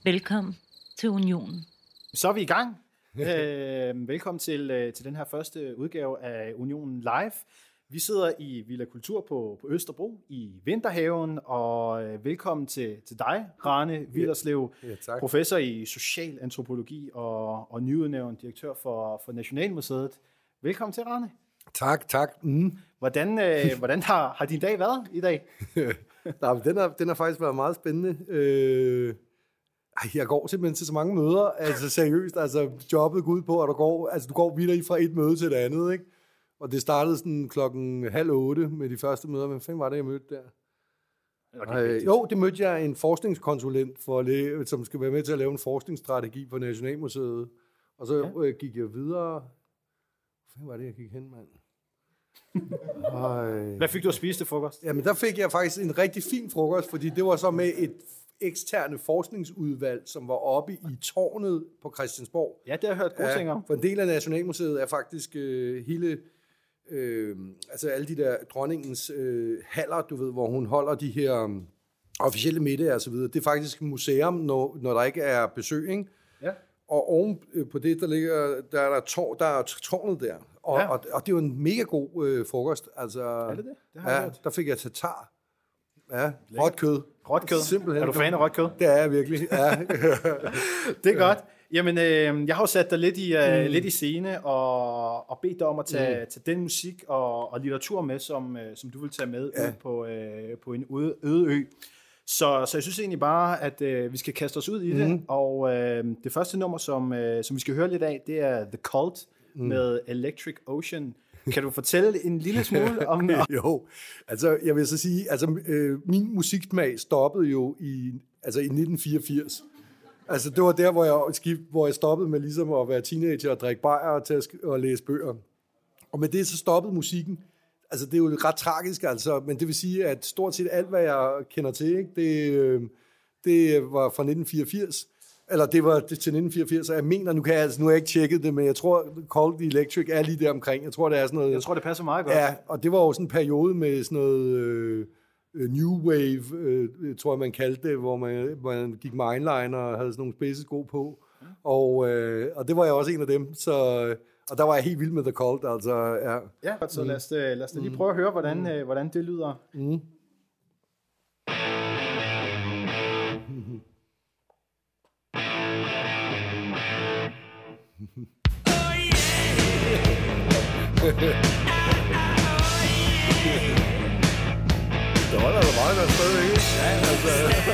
Velkommen til Unionen. Så er vi i gang. Velkommen til den her første udgave af Unionen Live. Vi sidder i Villa Kultur på Østerbro i Vinterhaven, og velkommen til dig, Rane Willerslev, professor i social antropologi og nyudnævnt direktør for Nationalmuseet. Velkommen til, Rane. Tak. Hvordan har din dag været i dag? Den har faktisk været meget spændende. Jeg går simpelthen til så mange møder, altså seriøst, altså jobbet går ud på, at du går videre fra et møde til det andet, ikke? Og det startede sådan 7:30 med de første møder. Hvem fanden var det, jeg mødte der? Det mødte jeg en forskningskonsulent, som skal være med til at lave en forskningsstrategi for Nationalmuseet. Og så gik jeg videre. Hvad var det, jeg gik hen, mand? Hvad fik du at spise til frokost? Jamen, der fik jeg faktisk en rigtig fin frokost, fordi det var så med et eksterne forskningsudvalg, som var oppe i tårnet på Christiansborg. Ja, det har jeg hørt gode ting om. For en del af Nationalmuseet er faktisk hele, altså alle de der dronningens haller, du ved, hvor hun holder de her officielle middag og så videre. Det er faktisk et museum, når der ikke er besøg, ikke? Ja. Og oven på det, der er tårnet der. Og det er jo en mega god frokost. Altså, er det? Det har jeg hørt. Der fik jeg tatar. Ja, råt kød. Råt kød? Simpelthen. Er du fan af råt kød? Det er jeg virkelig, ja. Det er godt. Jamen, jeg har jo sat dig lidt i scene og bedt dig om at tage den musik og litteratur med, som du vil tage med ud på en øde ø. Så jeg synes egentlig bare, at vi skal kaste os ud i det. Og det første nummer, som vi skal høre lidt af, det er The Cult med Electric Ocean. Kan du fortælle en lille smule om det? Jo, altså jeg vil så sige, min musiksmag stoppede jo i 1984. Altså det var der, hvor jeg stoppede med ligesom at være teenager og drikke bajer og til at læse bøger. Og med det så stoppede musikken. Altså det er jo ret tragisk, altså, men det vil sige, at stort set alt, hvad jeg kender til, ikke, det var fra 1984. Eller det var til 1984, og jeg mener, nu har jeg ikke tjekket det, men jeg tror, Cold Electric er lige der omkring. Jeg tror, det er sådan noget... Jeg tror, det passer meget godt. Ja, og det var jo sådan en periode med sådan noget New Wave, tror jeg, man kaldte det, hvor man gik med eyeliner og havde sådan nogle spidsesko på. Og det var jeg også en af dem, så... Og der var jeg helt vild med The Cult, altså, ja. Ja, så lad os lige prøve at høre, hvordan det lyder. Det holder da meget godt sted, ikke? Ja, altså.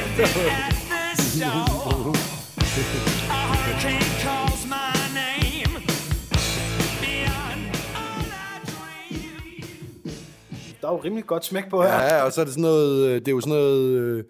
Der er jo rimelig godt smæk på her. Ja, og så er det sådan noget, det er jo sådan noget,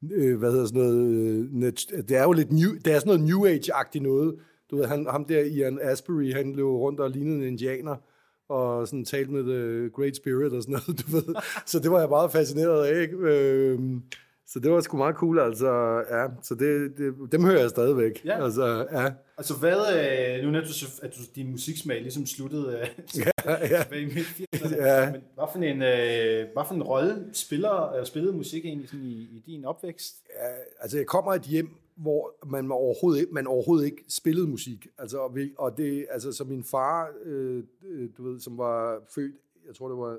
det er jo lidt det er sådan noget New Age-agtigt noget. Du ved, ham der, Ian Astbury, han løb rundt og lignede en indianer, og sådan talte med The Great Spirit og sådan noget, du ved. Så det var jeg meget fascineret af, ikke? Så det var sgu meget cool, altså, ja. Så dem hører jeg stadigvæk. Ja. Altså, ja. Altså, nu nævnte du, at din musiksmag ligesom sluttede tilbage i midt-80'erne. Ja. Men hvad for en rolle spillede musik egentlig sådan i din opvækst? Ja, altså, jeg kommer et hjem, hvor man overhovedet ikke spillede musik. Altså, og det, altså, så min far, du ved, som var født, jeg tror det var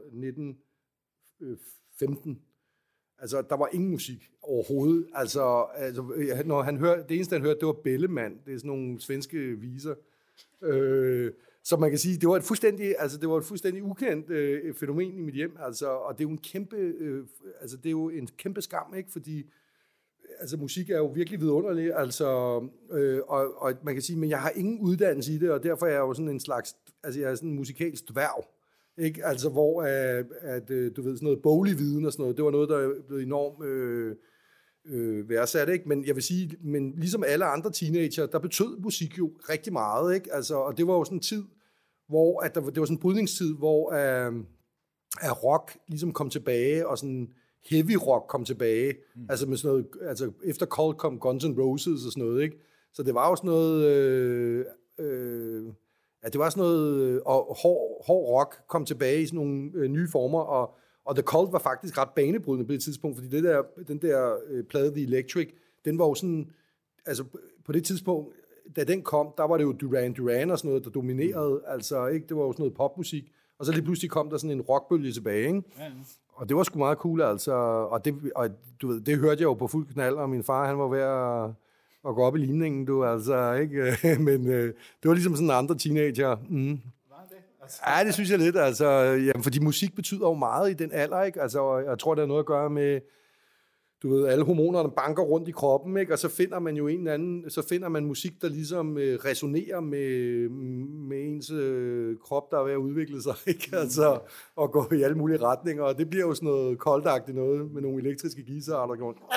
1915, altså, der var ingen musik overhovedet. Altså når han hørte, det eneste, han hørte, det var Bellemand. Det er sådan nogle svenske viser. Så man kan sige, det var et fuldstændig ukendt fænomen i mit hjem. Altså, og det er jo en kæmpe skam, ikke? Fordi altså, musik er jo virkelig vidunderlig. Altså, og man kan sige, men jeg har ingen uddannelse i det, og derfor er jeg jo sådan en slags, altså jeg er sådan en musikalsk dværg. Ikke? Altså, hvor du ved, sådan noget boglig viden og sådan noget, det var noget, der blev enormt værdsat, ikke? Men jeg vil sige, men ligesom alle andre teenager, der betød musik jo rigtig meget, ikke? Altså, og det var jo sådan en tid, hvor det var sådan en brydningstid, hvor rock ligesom kom tilbage, og sådan heavy rock kom tilbage, altså med sådan noget, altså efter Cold kom Guns N' Roses og sådan noget, ikke? Så det var jo sådan noget, det var sådan noget, og hård rock kom tilbage i sådan nogle nye former, og The Cult var faktisk ret banebrydende på det tidspunkt, fordi den der plade The Electric, den var jo sådan, altså på det tidspunkt, da den kom, der var det jo Duran Duran og sådan noget, der dominerede, altså ikke, det var jo sådan noget popmusik, og så lige pludselig kom der sådan en rockbølge tilbage, ikke? Ja. Og det var sgu meget cool, altså, og du ved, det hørte jeg jo på fuld knald, og min far, han var ved at gå op i limningen, du, altså, ikke? Men det var ligesom sådan andre teenager. Ja, det synes jeg lidt, altså, jamen, fordi musik betyder jo meget i den alder, ikke? Altså, jeg tror, det har noget at gøre med, du ved, alle hormonerne banker rundt i kroppen, ikke? Og så finder man jo en eller anden, så finder man musik, der ligesom resonerer med ens krop, der er ved at udvikle sig, ikke? Altså, og gå i alle mulige retninger, og det bliver jo sådan noget koldagtigt noget, med nogle elektriske guitarer, der går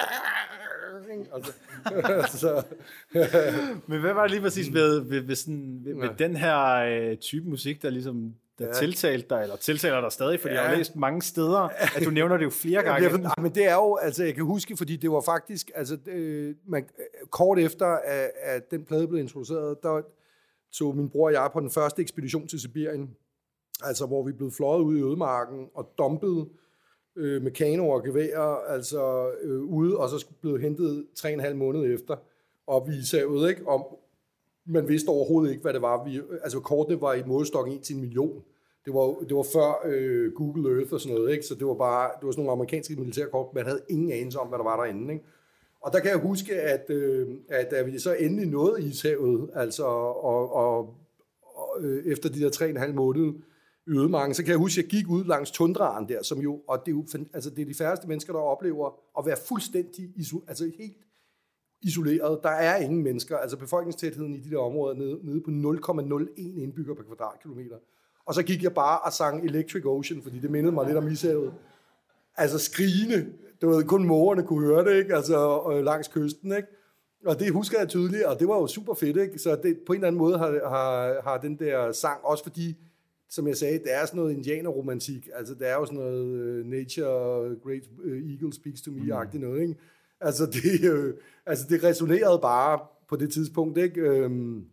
altså. Men hvad var det lige præcis ved den her type musik, der ligesom tiltalte dig, eller tiltaler dig stadig, fordi jeg har læst mange steder, at du nævner det jo flere gange. Men det er jo, altså jeg kan huske, fordi det var faktisk, altså kort efter, at den plade blev introduceret, der tog min bror og jeg på den første ekspedition til Sibirien, altså hvor vi blev fløjet ud i ødemarken og dumpet med kanoer og geværer, altså ude, og så blev hentet 3,5 måneder efter op i Ishavet, ikke? Og man vidste overhovedet ikke, hvad det var. Altså kortene var i målestok 1 til 1 million. Det var før Google Earth og sådan noget, ikke? Så det var sådan nogle amerikanske militærkort, man havde ingen anelse om, hvad der var derinde, ikke? Og der kan jeg huske, at da vi så endelig nåede Ishavet, altså og efter de der 3,5 måneder i ødemarken, så kan jeg huske, at jeg gik ud langs tundraen der, som jo, og det er jo, altså det er de færreste mennesker, der oplever at være fuldstændig helt isoleret. Der er ingen mennesker, altså befolkningstætheden i de der områder nede på 0,01 indbygger per kvadratkilometer. Og så gik jeg bare og sang Electric Ocean, fordi det mindede mig lidt om Ishavet. Altså skrigende, det var kun mågerne kunne høre det, ikke? Altså langs kysten, ikke? Og det husker jeg tydeligt, og det var jo super fedt, ikke? Så det, på en eller anden måde har den der sang, også fordi, som jeg sagde, det er sådan noget indianerromantik, altså det er jo sådan noget nature, great eagle speaks to me-agtigt noget, ikke? Altså det resonerede bare på det tidspunkt, ikke?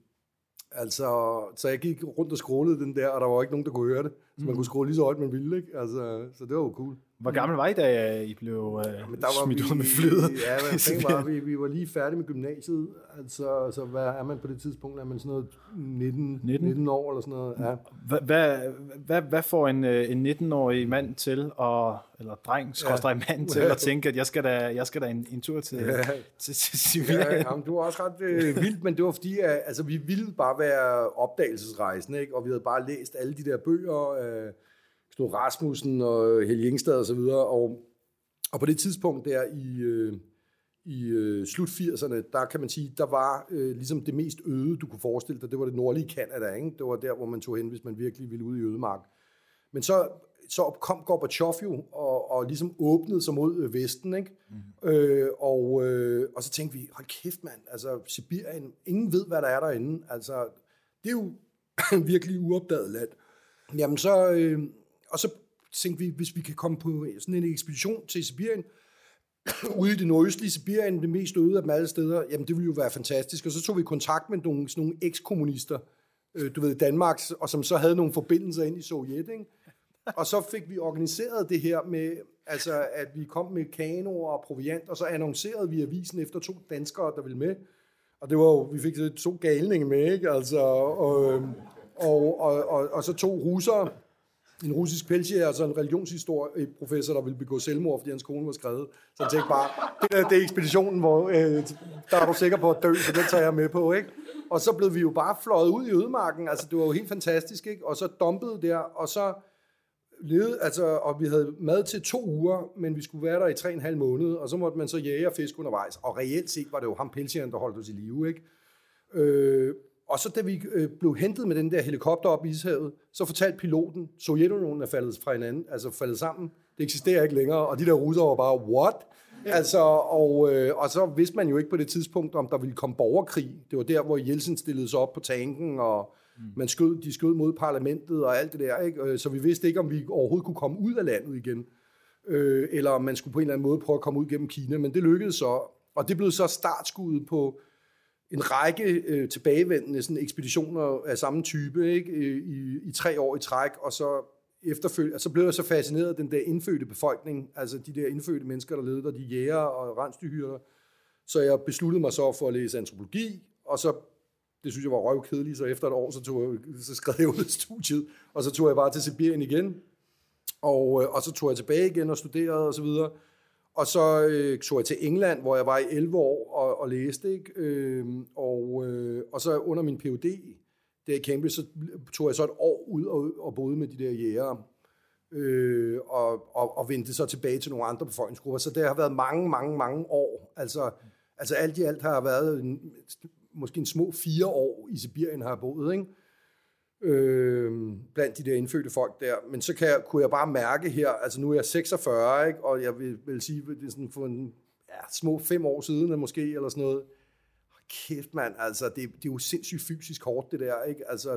Altså, så jeg gik rundt og scrollede den der, og der var ikke nogen, der kunne høre det. Så man kunne scrolle lige så højt, man ville, ikke? Altså, så det var jo cool. Hvor gammel var I, da I blev smidt ud med flyet? Ja, vi var lige færdige med gymnasiet. Altså, så hvad er man på det tidspunkt? Er man sådan noget 19 år eller sådan noget? Ja. Hvad får en 19-årig mand til, eller dreng/mand til at tænke, at jeg skal da en tur til Sibirien? Ja, jamen, det var også ret vildt, men det var fordi, altså, vi ville bare være opdagelsesrejsende, ikke? Og vi havde bare læst alle de der bøger, Knud Rasmussen og Helge Ingstad og så videre, og på det tidspunkt der i slut 80'erne, der kan man sige, der var ligesom det mest øde, du kunne forestille dig, det var det nordlige Canada, ikke? Det var der, hvor man tog hen, hvis man virkelig ville ud i ødemark. Men så kom Gorbachev jo, og ligesom åbnede sig mod Vesten, ikke? Og så tænkte vi, hold kæft mand, altså Sibirien, ingen ved, hvad der er derinde, altså det er jo virkelig uopdaget land. Jamen og så tænkte vi, hvis vi kan komme på sådan en ekspedition til Sibirien, ude i det nordøstlige Sibirien, det mest øde af dem alle steder, jamen det ville jo være fantastisk. Og så tog vi kontakt med sådan nogle ekskommunister, du ved, Danmark, og som så havde nogle forbindelser ind i Sovjet, ikke? Og så fik vi organiseret det her med, altså at vi kom med kanoer og proviant, og så annoncerede vi avisen efter 2 danskere, der ville med. Og det var jo, vi fik 2 galninge med, ikke? Altså, og så 2 russere, en russisk pelsjæger og så en religionshistorieprofessor, der ville begå selvmord, fordi hans kone var skrevet. Så jeg tænkte bare, det er ekspeditionen, hvor der er du sikker på at dø, så det tager jeg med på, ikke? Og så blev vi jo bare fløjet ud i ødemarken, altså det var jo helt fantastisk, ikke? Og så dumpede der, og så levede, altså, og vi havde mad til 2 uger, men vi skulle være der i 3,5 måneder, og så måtte man så jage og fiske undervejs. Og reelt set var det jo ham pelsjægeren, der holdt os i live, ikke? Og så da vi blev hentet med den der helikopter op i Ishavet, så fortalte piloten, Sovjetunionen er faldet fra hinanden, altså faldet sammen. Det eksisterer ikke længere, og de der russere var bare, what? Altså, og så vidste man jo ikke på det tidspunkt, om der ville komme borgerkrig. Det var der, hvor Jeltsin stillede sig op på tanken, og de skød mod parlamentet og alt det der, ikke? Så vi vidste ikke, om vi overhovedet kunne komme ud af landet igen, eller om man skulle på en eller anden måde prøve at komme ud gennem Kina, men det lykkedes så. Og det blev så startskuddet på en række tilbagevendende sådan ekspeditioner af samme type, ikke? I 3 år i træk, og så efterfølgende, så blev jeg så fascineret af den der indfødte befolkning, altså de der indfødte mennesker, der levede der, de jæger og rensdyrhyrder, Så jeg besluttede mig så for at læse antropologi, og så, det synes jeg var røvkedeligt, så efter et år, så skrev jeg ud af studiet, og så tog jeg bare til Sibirien igen, og så tog jeg tilbage igen og studerede og så videre. Og så tog jeg til England, hvor jeg var i 11 år og læste, ikke? Og så under min Ph.D. der i Cambridge, så tog jeg så et år ud og boede med de der jægere, og vendte så tilbage til nogle andre befolkningsgrupper. Så det har været mange år. Altså alt i alt har jeg været måske en små 4 år i Sibirien har jeg boet, ikke? Blandt de der indfødte folk der. Men så kunne jeg bare mærke her, altså nu er jeg 46, ikke? Og jeg vil sige, det er sådan for små 5 år siden måske, eller sådan noget. Kæft, mand, altså det er jo sindssygt fysisk hårdt, det der, ikke? Altså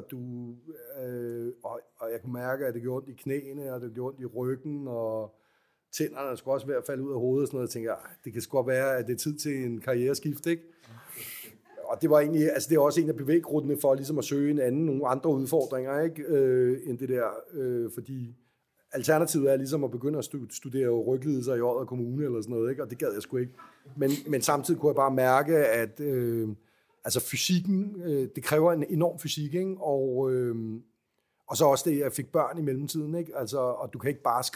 og jeg kunne mærke, at det gjorde ondt i knæene, og det gjorde ondt i ryggen, og tænderne skulle også være at falde ud af hovedet, og sådan noget. Jeg tænker, det kan sgu være, at det er tid til en karriereskift, ikke? Og det var egentlig, altså det er også en af bevæggrundene for ligesom at søge nogle andre udfordringer, ikke? End det der, fordi alternativet er ligesom at begynde at studere ryglidelser i Odder Kommune eller sådan noget, ikke? Og det gad jeg sgu ikke. Men samtidig kunne jeg bare mærke, at altså fysikken, det kræver en enorm fysik, ikke? Og så også det, jeg fik børn i mellemtiden, ikke? Altså, og du kan ikke bare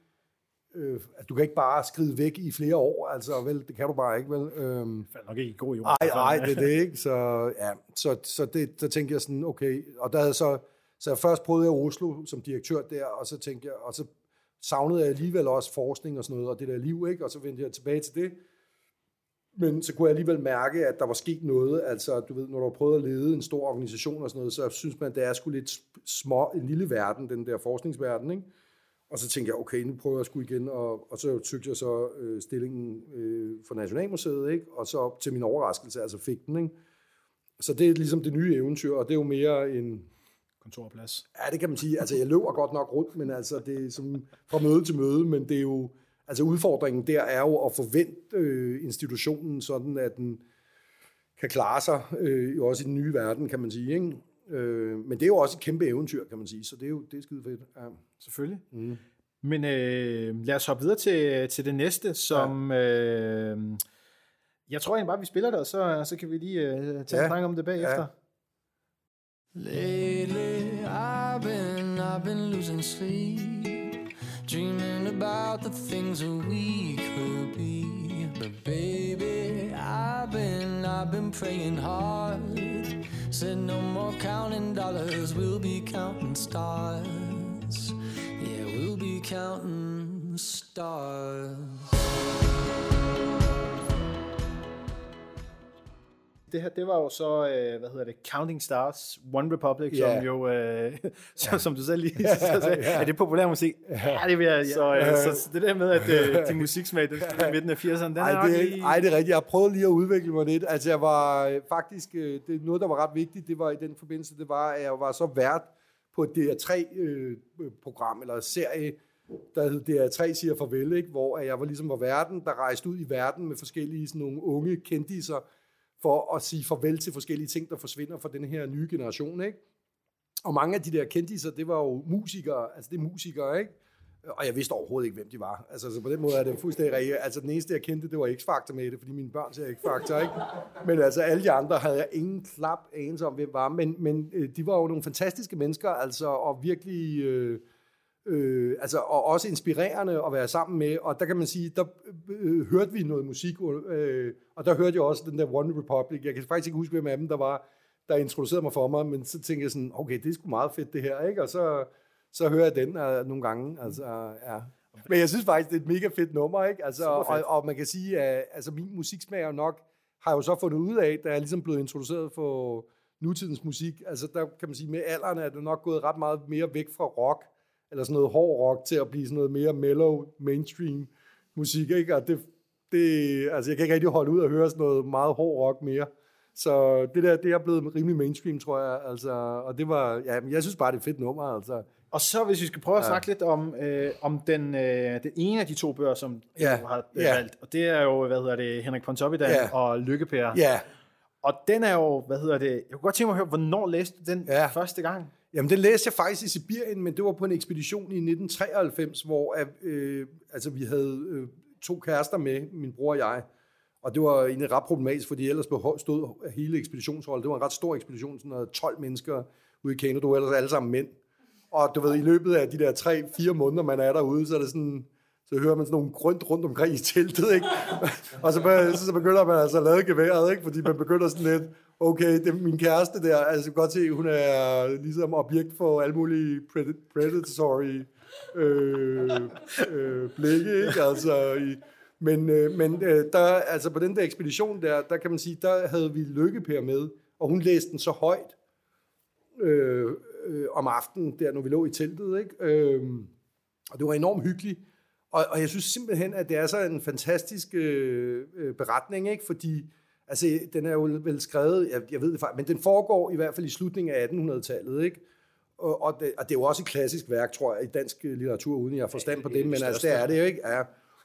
skride væk i flere år, altså vel, det kan du bare ikke, vel? Faldt nok ikke i god jord. Nej, det er det, ikke? Så ja, så tænkte jeg sådan, okay, og der havde så først prøvede jeg Oslo som direktør der, og så tænkte jeg, og så savnede jeg alligevel også forskning og sådan noget, og det der liv, ikke? Og så vendte jeg tilbage til det. Men så kunne jeg alligevel mærke, at der var sket noget, altså du ved, når du har prøvet at lede en stor organisation og sådan noget, så synes man, at det er sgu lidt en lille verden, den der forskningsverden, ikke? Og så tænkte jeg, okay, nu prøver jeg sgu igen, og så søgte jeg så stillingen for Nationalmuseet, ikke? Og så til min overraskelse, altså fik den, ikke? Så det er ligesom det nye eventyr, og det er jo mere en kontorplads. Ja, det kan man sige. Altså, jeg løber godt nok rundt, men altså, det er som fra møde til møde, men det er jo, altså udfordringen der er jo at forvente institutionen sådan, at den kan klare sig, jo også i den nye verden, kan man sige, ikke? Men det er jo også et kæmpe eventyr, kan man sige, så det er skide fedt. Ja. Selvfølgelig. Mm. Men lad os hoppe videre til det næste, som jeg tror egentlig bare, vi spiller det, og så kan vi lige tage en snak om det bagefter. Lately I've been losing sleep, dreaming about the things that we could be. But baby, I've been praying hard. Said no more counting dollars, we'll be counting stars. Yeah, we'll be counting stars. Det her, det var jo så, Counting Stars, One Republic, som jo, som du selv lige sagde, er det populær musik? Ja, det vil jeg. Så det der med, at din musiksmag, den i midten af 80'erne, den er det er rigtigt. Jeg har prøvet lige at udvikle mig lidt. Altså jeg var faktisk, det noget, der var ret vigtigt, det var i den forbindelse, det var, at jeg var så vært på et DR3-program, eller serie, der hed DR3 siger farvel, ikke? Hvor jeg var verden, der rejste ud i verden med forskellige sådan nogle unge kendiser, for at sige farvel til forskellige ting, der forsvinder fra den her nye generation, ikke? Og mange af de der kendiser, det var jo musikere, altså det er musikere, ikke? Og jeg vidste overhovedet ikke, hvem de var. Altså så på den måde er det fuldstændig rigtigt. Altså den eneste, jeg kendte, det var X-Factor med det, fordi mine børn ser X-Factor, ikke? Men altså alle de andre havde jeg ingen klap anelse om, hvem var. Men de var jo nogle fantastiske mennesker, altså, og virkelig... altså, og også inspirerende at være sammen med, og der kan man sige, der hørte vi noget musik, og der hørte jeg også den der One Republic. Jeg kan faktisk ikke huske, hvem af dem der var, der introducerede mig for mig, men så tænkte jeg sådan, okay, det er sgu meget fedt det her, ikke? Og så hører jeg den nogle gange, altså, ja. Men jeg synes faktisk, det er et mega fedt nummer, ikke? Altså, og man kan sige, at altså, min musiksmager nok har jo så fundet ud af, da jeg ligesom blevet introduceret for nutidens musik, altså der kan man sige, med alderen er det nok gået ret meget mere væk fra rock, eller sådan noget hård rock, til at blive sådan noget mere mellow, mainstream musik, ikke? Og det altså jeg kan ikke rigtig holde ud at høre sådan noget meget hård rock mere. Så det er blevet rimelig mainstream, tror jeg, altså, og det var, ja, jeg synes bare, det er et fedt nummer, altså. Og så hvis vi skal prøve at snakke lidt om den ene af de 2 bøger, som du har valgt, og det er jo, Henrik Pontoppidan og Lykke-Per. Ja. Og den er jo, jeg kunne godt tænke mig at høre, hvornår læste du den første gang? Jamen, den læste jeg faktisk i Sibirien, men det var på en ekspedition i 1993, hvor altså, vi havde 2 kærester med, min bror og jeg. Og det var egentlig ret problematisk, fordi ellers stod hele ekspeditionsholdet. Det var en ret stor ekspedition, sådan noget 12 mennesker ude i Kano, du ellers alle sammen mænd. Og du ved, i løbet af de der 3-4 måneder, man er derude, så er det sådan, så hører man sådan nogle rundt omkring i teltet, ikke? Og så begynder man altså at lade geværet, ikke? Fordi man begynder sådan lidt, okay, det er min kæreste der, altså jeg kan godt se, hun er ligesom objekt for alle mulige predatory blikke, ikke? Altså, men der, altså på den der ekspedition der kan man sige, der havde vi Lykke-Per med, og hun læste den så højt om aftenen, der når vi lå i teltet, ikke? Og det var enormt hyggeligt. Og jeg synes simpelthen, at det er så en fantastisk beretning, ikke? Fordi altså, den er jo vel skrevet, jeg ved det faktisk, men den foregår i hvert fald i slutningen af 1800-tallet, ikke? Og det er jo også et klassisk værk, tror jeg, i dansk litteratur, uden jeg har forstand på det, men altså, det er det jo, ikke? Ja.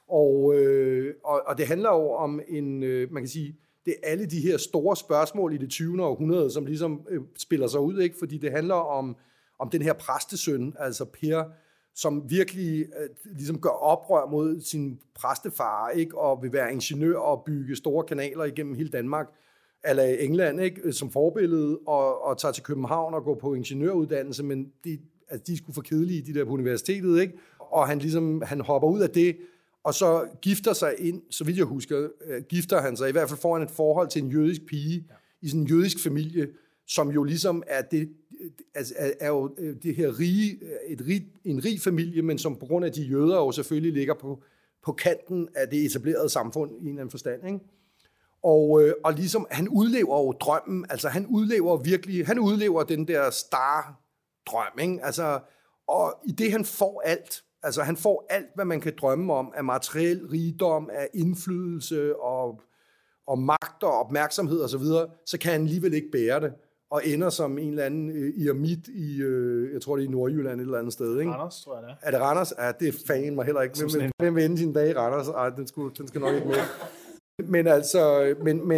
Og det handler jo om man kan sige, det er alle de her store spørgsmål i det 20. århundrede, som ligesom spiller sig ud, ikke? Fordi det handler om den her præstesøn, altså Per, som virkelig ligesom gør oprør mod sin præstefar, ikke? Og vil være ingeniør og bygge store kanaler igennem hele Danmark, eller England, ikke? Som forbillede, og tager til København og går på ingeniøruddannelse, men de skulle for kedelige, de der på universitetet, ikke? Og han hopper ud af det, og så gifter sig ind, så vidt jeg husker, gifter han sig, i hvert fald får han et forhold til en jødisk pige, i sådan en jødisk familie, som jo ligesom er det, altså er jo det her en rig familie, men som på grund af de jøder jo selvfølgelig ligger på kanten af det etablerede samfund i en eller anden forstand, ikke? Og ligesom, han udlever jo drømmen, altså han udlever den der star-drøm, ikke? Altså, og i det han får alt, altså han får alt, hvad man kan drømme om, af materiel rigdom, af indflydelse og magt og opmærksomhed og så videre, så kan han alligevel ikke bære det, og ender som en eller anden eremit i, jeg tror det er i Nordjylland et eller andet sted, ikke? Randers, tror jeg det er. Er det Randers? Ja, det er fanden mig heller ikke. Hvem vil ende sine dage i Randers? Ej, den skal nok ikke med. Men altså,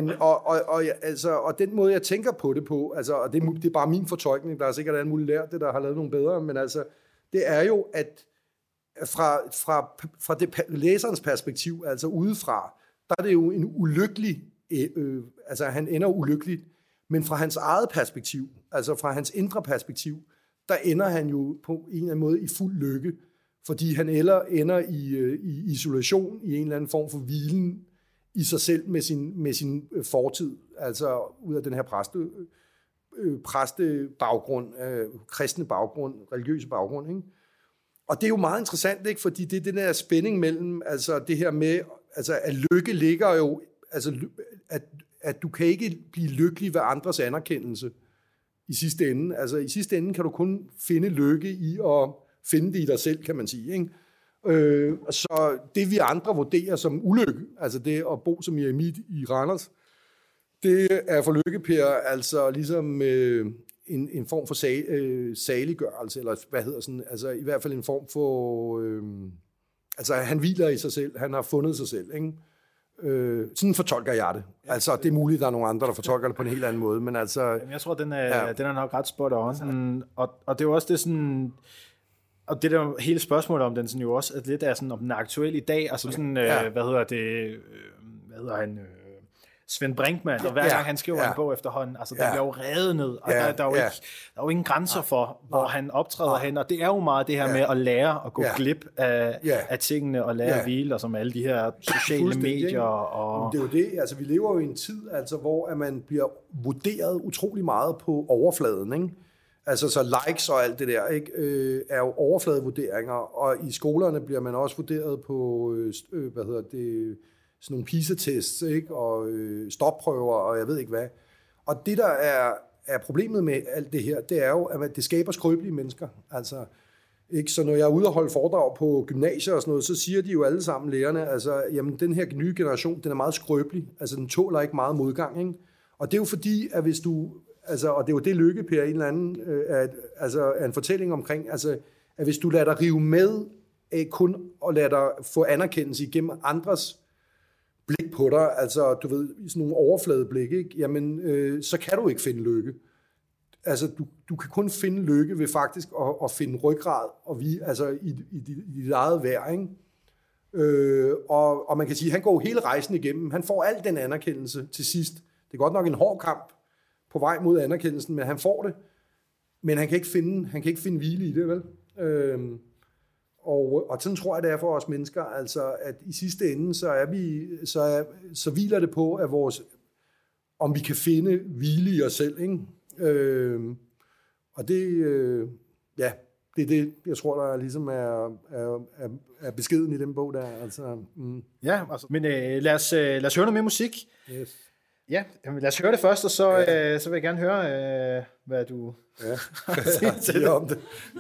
og den måde, jeg tænker på det på, altså, og det er bare min fortolkning, der er sikkert alle mulige lært det, der har lavet nogle bedre, men altså, det er jo, at fra det læserens perspektiv, altså udefra, der er det jo en ulykkelig, altså han ender ulykkeligt, men fra hans eget perspektiv, altså fra hans indre perspektiv, der ender han jo på en eller anden måde i fuld lykke, fordi han ender i isolation, i en eller anden form for hvilen i sig selv med sin fortid, altså ud af den her præstebaggrund, kristne baggrund, religiøse baggrund, ikke? Og det er jo meget interessant, ikke? Fordi det er den der spænding mellem, altså det her med, altså at lykke ligger jo, altså at du kan ikke blive lykkelig ved andres anerkendelse i sidste ende. Altså i sidste ende kan du kun finde lykke i at finde det i dig selv, kan man sige, ikke? Så det vi andre vurderer som ulykke, altså det at bo som eremit i Randers, det er for Lykke-Per altså ligesom en form for saliggørelse, eller hvad hedder sådan, altså i hvert fald en form for, altså han hviler i sig selv, han har fundet sig selv, ikke? Sådan fortolker jeg det. Altså, det er muligt, der er nogle andre, der fortolker det på en helt anden måde, men altså... Jamen, jeg tror, den er nok ret spot on. Og det er jo også det sådan... Og det der hele spørgsmålet om den sådan jo også, at lidt er sådan, om den er aktuel i dag, altså sådan, hvad hedder han... Svend Brinkmann, og hver gang han skriver en bog efterhånden, altså den bliver jo revet ned, og der er jo ingen grænser for, hvor han optræder hen, og det er jo meget det her med at lære at gå glip af tingene, og lære at hvile, og som alle de her sociale medier. Og... Det er jo det, altså vi lever jo i en tid, altså, hvor at man bliver vurderet utrolig meget på overfladen, ikke? Altså så likes og alt det der, ikke, er jo overfladevurderinger, og i skolerne bliver man også vurderet på, sådan nogle PISA-tests, ikke? Og stopprøver, og jeg ved ikke hvad. Og det, der er problemet med alt det her, det er jo, at det skaber skrøbelige mennesker. Altså, ikke? Så når jeg er ude og holde foredrag på gymnasier og sådan noget, så siger de jo alle sammen, lærerne, altså, jamen, den her nye generation, den er meget skrøbelig. Altså, den tåler ikke meget modgang, ikke? Og det er jo fordi, at hvis du, altså, og det er jo det Lykke-Per en eller anden, er en fortælling omkring, altså, at hvis du lader dig rive med af kun at lade dig få anerkendelse igennem andres blik på dig, altså du ved, sådan nogle overfladeblik, ikke? Jamen, så kan du ikke finde lykke. Altså, du kan kun finde lykke ved faktisk at finde ryggrad, og altså i dit eget værd, ikke? Og man kan sige, at han går hele rejsen igennem. Han får al den anerkendelse til sidst. Det er godt nok en hård kamp på vej mod anerkendelsen, men han får det. Men han kan ikke finde hvile i det, vel? Og sådan tror jeg, det er for os mennesker, altså at i sidste ende, så hviler det på, at om vi kan finde hvile i os selv, ikke? Og det, det er det, jeg tror, der ligesom er beskeden i den bog der. Altså, Ja, altså, men lad os høre noget mere musik. Yes. Ja, jamen, lad os høre det først, og så vil jeg gerne høre, hvad du siger til det om det.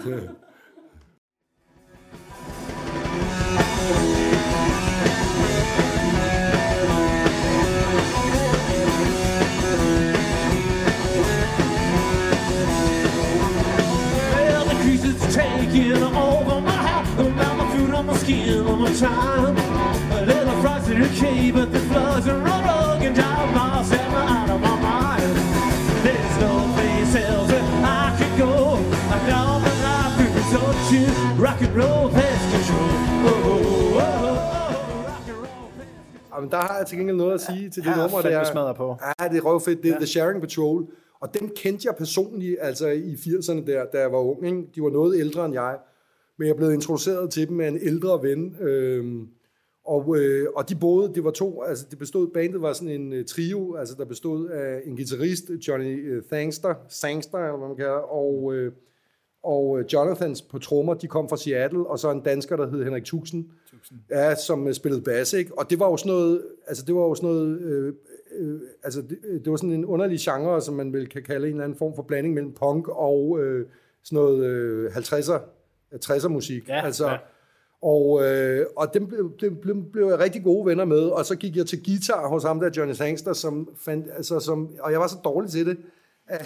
Taking over my house, about my food on my skin, on my time. A little frost in the cave, but the floods are all rugged down. I set me out of my mind. There's no place else that I could go. I know my life could resort to rock and roll pest control. Rock and roll pest control. Jamen, der har jeg til gengæld noget at sige til det nummer der. der. På. Ja, det er røvfedt. Det er The Sharing Patrol. Og den kendte jeg personligt, altså i 80'erne der, da jeg var ung. Ikke? De var noget ældre end jeg, men jeg blev introduceret til dem af en ældre ven. Og de boede, det var to, altså det bestod, bandet var sådan en trio, altså der bestod af en guitarist, Johnny Sangster, eller hvad man kalder, og Jonathans på trommer, de kom fra Seattle, og så en dansker, der hed Henrik Tuxen, ja, som spillede bass, ikke? Og det var jo sådan noget, det var sådan en underlig genre, som man vel kan kalde en eller anden form for blanding mellem punk og sådan noget 60'er musik. Ja, altså, ja. Og dem blev jeg rigtig gode venner med, og så gik jeg til guitar hos ham der, Johnny Sangster, og jeg var så dårlig til det, at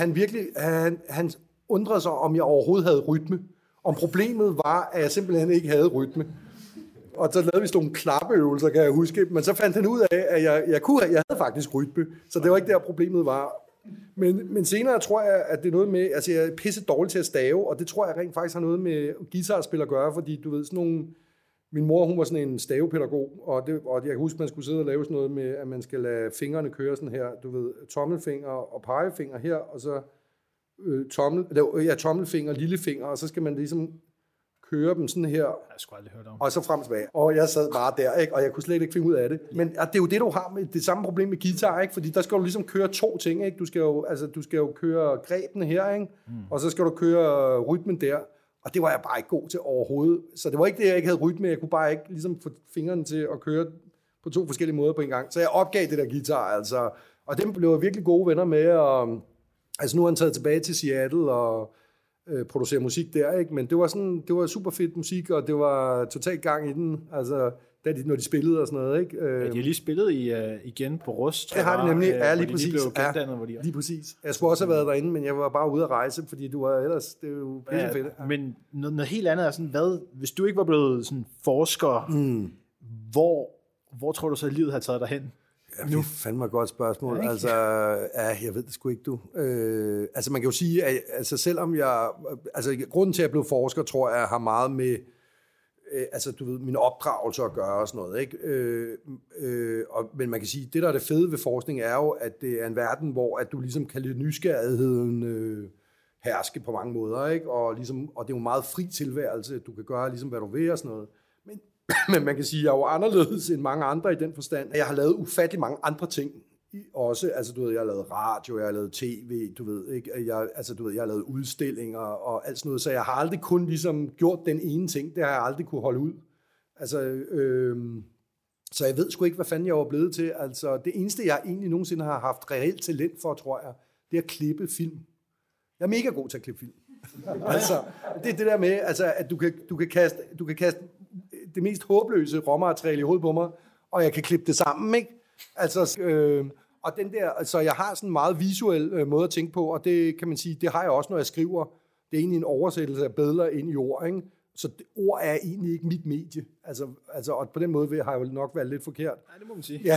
han undrede sig, om jeg overhovedet havde rytme. Om problemet var, at jeg simpelthen ikke havde rytme. Og så lavede vi sådan nogle klappeøvelser, kan jeg huske. Men så fandt han ud af, at jeg havde faktisk rytme. Så det var ikke der, problemet var. Men senere tror jeg, at det er noget med, altså jeg er pisse dårlig til at stave, og det tror jeg rent faktisk har noget med guitarspil at gøre, fordi du ved, sådan nogle, min mor, hun var sådan en stavepædagog, og jeg kan huske, man skulle sidde og lave sådan noget med, at man skal lade fingrene køre sådan her, du ved, tommelfinger og pegefinger her, og så tommelfinger, lillefinger, og så skal man ligesom køre dem sådan her, jeg skulle aldrig hørt om. Og så frem og tilbage. Og jeg sad bare der, ikke? Og jeg kunne slet ikke finde ud af det. Men det er jo det, du har med det samme problem med guitar, ikke? Fordi der skal du ligesom køre to ting, ikke? Du skal jo køre grebene her, ikke? Og så skal du køre rytmen der. Og det var jeg bare ikke god til overhovedet. Så det var ikke det, jeg ikke havde rytme. Jeg kunne bare ikke ligesom få fingrene til at køre på to forskellige måder på en gang. Så jeg opgav det der guitar, altså. Og dem blev jeg virkelig gode venner med. Og, altså nu er han taget tilbage til Seattle og producere musik der, ikke? Men det var super fedt musik, og det var totalt gang i den, altså når de spillede og sådan noget, ikke? Ja, de har lige spillet igen på Rust, tror jeg. Det har de nemlig, ja, lige præcis. Lige præcis. Jeg skulle også have været derinde, men jeg var bare ude at rejse, fordi det er jo pisse fedt. Ja. Men noget helt andet er sådan, hvis du ikke var blevet sådan forsker, hvor tror du så, at livet har taget dig hen? Ja, det er fandme et godt spørgsmål. Ja, altså, jeg ved det sgu ikke, du. Altså, man kan jo sige, at altså, selvom grunden til, at jeg blev forsker, tror jeg, har meget med, du ved, min opdragelse at gøre og sådan noget, ikke? Men man kan sige, det der er det fede ved forskning, er jo, at det er en verden, hvor at du ligesom kan lide nysgerrigheden herske på mange måder, ikke? Og det er jo en meget fri tilværelse, du kan gøre ligesom, hvad du vil og sådan noget. Men man kan sige, at jeg er jo anderledes end mange andre i den forstand. Jeg har lavet ufattelig mange andre ting også. Altså, du ved, jeg har lavet radio, jeg har lavet tv, du ved, ikke? Jeg har lavet udstillinger og alt sådan noget. Så jeg har aldrig kun ligesom gjort den ene ting. Det har jeg aldrig kunne holde ud. Altså, så jeg ved sgu ikke, hvad fanden jeg var blevet til. Altså, det eneste, jeg egentlig nogensinde har haft reelt talent for, tror jeg, det er at klippe film. Jeg er mega god til at klippe film. Altså, det er det der med, altså, at du kan kaste det mest håbløse råmateriale i hovedet på mig, og jeg kan klippe det sammen, ikke? Altså, og den der, så jeg har sådan en meget visuel måde at tænke på, og det kan man sige, det har jeg også, når jeg skriver. Det er egentlig en oversættelse af billeder ind i ord, ikke? Så ord er egentlig ikke mit medie. Altså, og på den måde har jeg jo nok været lidt forkert. Nej, det må man sige. Ja,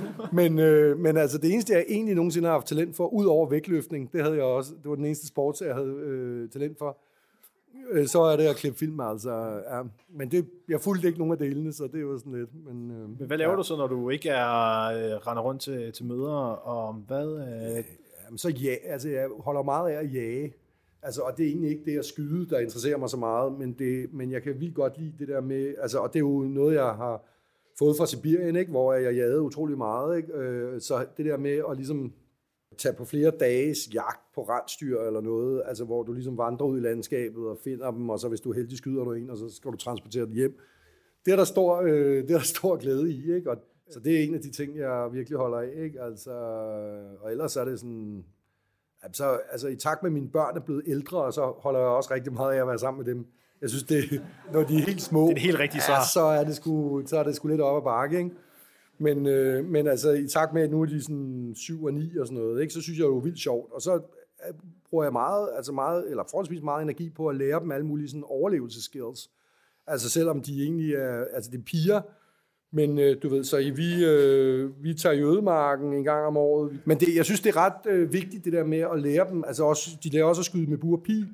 men altså det eneste, jeg egentlig nogensinde har haft talent for, ud over vægtløftning, det havde jeg også. Det var den eneste sport, jeg havde talent for. så er det at klippe film, altså. Ja. Men jeg fulgte ikke nogen af delene, så det var sådan lidt. Men hvad laver du så, når du ikke render rundt til møder, og hvad? Jamen, så altså jeg holder meget af at jage. Altså, og det er egentlig ikke det at skyde, der interesserer mig så meget, men jeg kan vildt godt lide det der med, altså, og det er jo noget, jeg har fået fra Sibirien, ikke, hvor jeg jagede utrolig meget, ikke? Så det der med at ligesom tage på flere dages jagt på rensdyr eller noget, altså hvor du ligesom vandrer ud i landskabet og finder dem, og så hvis du er heldig, skyder du en, og så skal du transportere dem hjem. Det er der stor glæde i, ikke? Og, så det er en af de ting, jeg virkelig holder af, ikke? Altså, og ellers er det sådan, altså i takt med, at mine børn er blevet ældre, så holder jeg også rigtig meget af at være sammen med dem. Jeg synes, når de er helt små, det er det helt rigtige svar. Så er det sgu lidt op ad bakke, ikke? Men altså i takt med, at nu er de sådan 7 og 9 og sådan noget, ikke, så synes jeg jo vildt sjovt. Og så bruger jeg forholdsvis meget energi på at lære dem alle mulige sådan overlevelsesskills. Altså selvom de egentlig er, altså det er piger, men du ved, så vi tager i ødemarken en gang om året. Men jeg synes, det er ret vigtigt det der med at lære dem, altså også, de lærer også at skyde med bue og pil,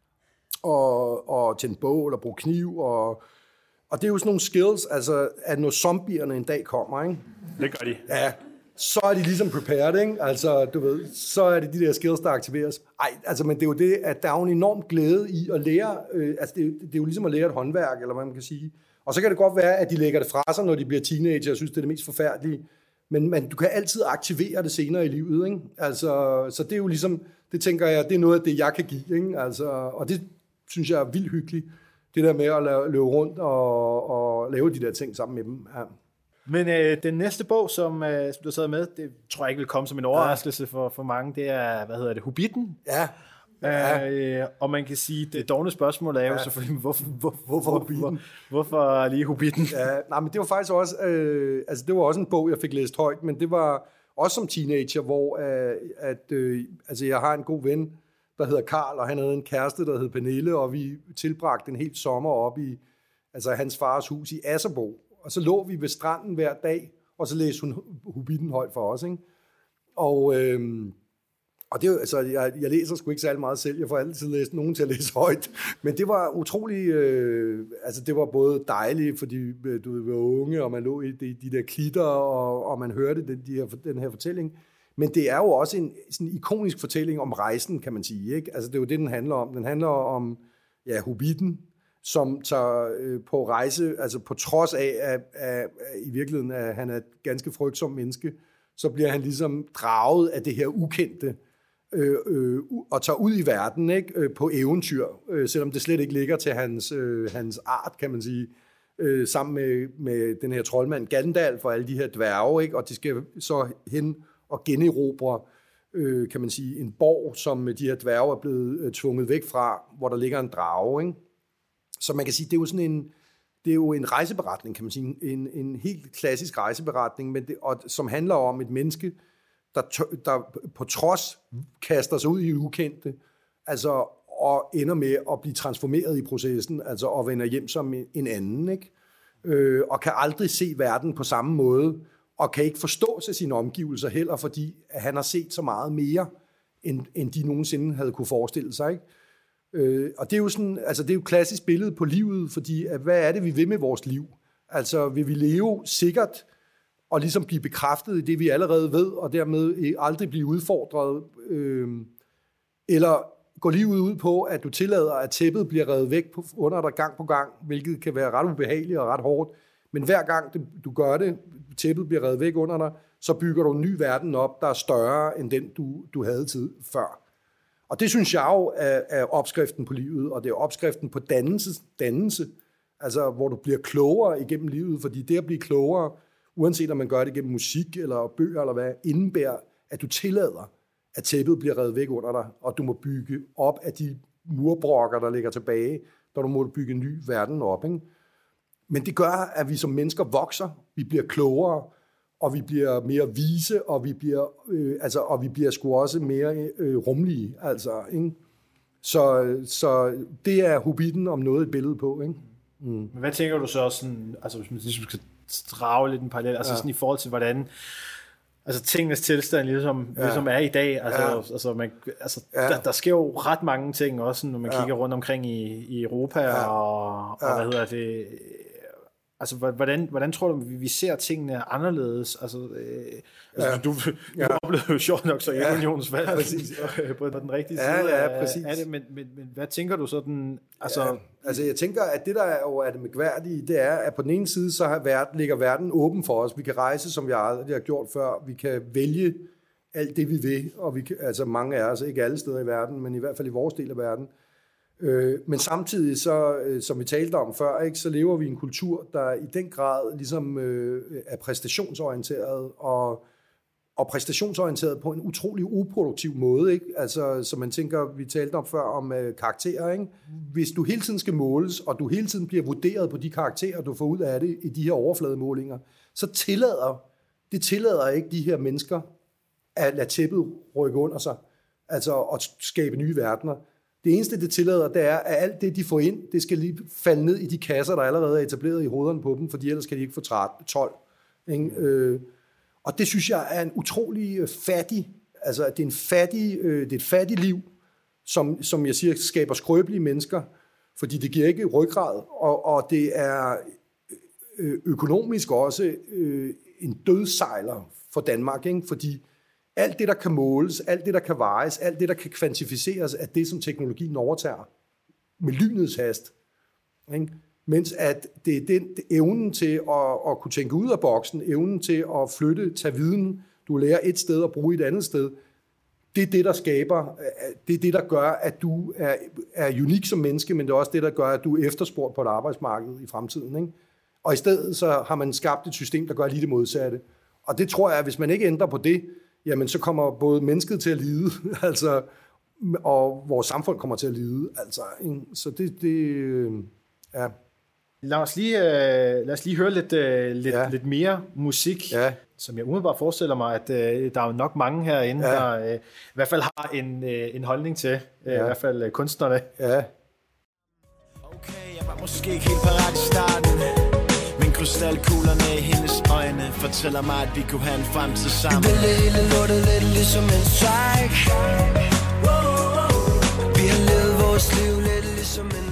og tænde bål og bruge kniv, og det er jo sådan nogle skills, altså at når zombierne en dag kommer, ikke? Det gør de. Ja, så er de ligesom prepared, ikke? Altså, du ved, så er det de der skills, der aktiveres. Men det er jo det, at der er jo en enorm glæde i at lære, altså det er jo ligesom at lære et håndværk, eller hvad man kan sige. Og så kan det godt være, at de lægger det fra sig, når de bliver teenager, og synes, det er det mest forfærdelige. Men du kan altid aktivere det senere i livet, ikke? Altså, så det er jo ligesom, det tænker jeg, det er noget af det, jeg kan give, ikke? Altså, og det synes jeg er vildt hyggeligt. Det der med at løbe rundt og lave de der ting sammen med dem. Ja. Men den næste bog, som du har taget med, det tror jeg ikke vil komme som en overraskelse for mange, det er, Hobbitten. Ja. Og man kan sige, det dårlige spørgsmål er jo selvfølgelig, hvorfor Hobbitten? Hvorfor lige Hobbitten? Ja, men det var faktisk også, det var også en bog, jeg fik læst højt, men det var også som teenager, hvor jeg har en god ven, der hedder Karl, og han havde en kæreste, der hed Pernille, og vi tilbragte en hel sommer op i hans fars hus i Asserbo. Og så lå vi ved stranden hver dag, og så læste hun Hobbiten højt for os, ikke? Og det er jo, altså, jeg læser sgu ikke særlig meget selv, jeg får altid læst nogen til at læse højt, men det var utrolig, det var både dejligt, fordi du var unge, og man lå i de der klitter, og man hørte den her fortælling. Men det er jo også en sådan ikonisk fortælling om rejsen, kan man sige, ikke? Altså det er jo det, den handler om. Den handler om, Hobbiten, som tager på rejse, altså på trods af, at i virkeligheden, at han er et ganske frygtsom menneske, så bliver han ligesom draget af det her ukendte, og tager ud i verden, ikke? På eventyr, selvom det slet ikke ligger til hans art, kan man sige, sammen med den her troldmand Gandalf og alle de her dværge, ikke? Og de skal så hen og generobre, kan man sige, en borg, som de her dværge er blevet tvunget væk fra, hvor der ligger en drage, ikke? Så man kan sige, det er jo en rejseberetning, kan man sige, en helt klassisk rejseberetning, men som handler om et menneske, der på trods kaster sig ud i ukendte, altså, og ender med at blive transformeret i processen, altså og vender hjem som en anden, ikke? Og kan aldrig se verden på samme måde, og kan ikke forstå sig sine omgivelser heller, fordi han har set så meget mere, end de nogensinde havde kunne forestille sig, ikke? Og det er jo sådan, altså det er jo et klassisk billede på livet, fordi hvad er det, vi vil med vores liv? Altså vil vi leve sikkert, og ligesom blive bekræftet i det, vi allerede ved, og dermed aldrig blive udfordret, eller gå livet ud på, at du tillader, at tæppet bliver revet væk under dig gang på gang, hvilket kan være ret ubehageligt og ret hårdt, men hver gang du gør det, tæppet bliver revet væk under dig, så bygger du en ny verden op, der er større end den, du havde tid før. Og det synes jeg jo er opskriften på livet, og det er opskriften på dannelse, altså hvor du bliver klogere igennem livet, fordi det at blive klogere, uanset om man gør det gennem musik eller bøger eller hvad, indebærer, at du tillader, at tæppet bliver revet væk under dig, og du må bygge op af de murbrokker, der ligger tilbage, der du må bygge en ny verden op, ikke? Men det gør, at vi som mennesker vokser, vi bliver klogere, og vi bliver mere vise, og vi bliver sgu også mere rumlige, altså, ikke? Så det er Hobbiten om noget et billede på, ikke? Mm. Men hvad tænker du så sådan, altså hvis man skal drage lidt en parallel, altså sådan i forhold til hvordan altså tingenes tilstand ligesom er i dag. Der sker jo ret mange ting også, når man kigger rundt omkring i Europa, og hvad hedder det... Altså, hvordan tror du, vi ser tingene anderledes? Du oplevede jo sjovt nok så Unions valg på den rigtige side af det, men hvad tænker du sådan? Altså, jeg tænker, at det, der er det mærkværdige, det er, at på den ene side, så ligger verden åben for os. Vi kan rejse, som vi aldrig har gjort før. Vi kan vælge alt det, vi vil, og altså mange af os, ikke alle steder i verden, men i hvert fald i vores del af verden. Men samtidig, så, som vi talte om før, ikke, så lever vi i en kultur, der i den grad ligesom, er præstationsorienteret, og præstationsorienteret på en utrolig uproduktiv måde. Ikke? Altså, som man tænker, vi talte om før, om karakterer. Ikke? Hvis du hele tiden skal måles, og du hele tiden bliver vurderet på de karakterer, du får ud af det i de her overflademålinger, så tillader ikke de her mennesker at lade tæppet rykke under sig, altså at skabe nye verdener. Det eneste, det tillader, det er, at alt det, de får ind, det skal lige falde ned i de kasser, der allerede er etableret i hovederne på dem, fordi ellers kan de ikke få 12. Og det synes jeg er en utrolig fattig, altså det er et fattigt liv, som jeg siger, skaber skrøbelige mennesker, fordi det giver ikke ryggrad, og det er økonomisk også en dødssejler for Danmark, ikke? Fordi alt det, der kan måles, alt det, der kan vejes, alt det, der kan kvantificeres, er det, som teknologien overtager med lynets hast. Ikke? Mens at det er den evnen til at kunne tænke ud af boksen, evnen til at flytte, tage viden, du lærer et sted og bruge et andet sted, det er det, der skaber, det er det, der gør, at du er unik som menneske, men det er også det, der gør, at du er efterspurgt på et arbejdsmarked i fremtiden. Ikke? Og i stedet så har man skabt et system, der gør lige det modsatte. Og det tror jeg, at hvis man ikke ændrer på det, jamen så kommer både mennesket til at lide, altså, og vores samfund kommer til at lide. Altså, så ja. Lad os lige høre lidt mere musik, som jeg umiddelbart forestiller mig, at der er jo nok mange herinde, der i hvert fald har en holdning til, i hvert fald kunstnerne. Ja. Okay, jeg var måske ikke helt parat i starten, men krystalkuglerne i hendes øjne fortæller mig, at vi kunne have en fremtid sammen. Vi ville hele lortet lidt ligesom en strike. Vi har levet vores liv lidt ligesom en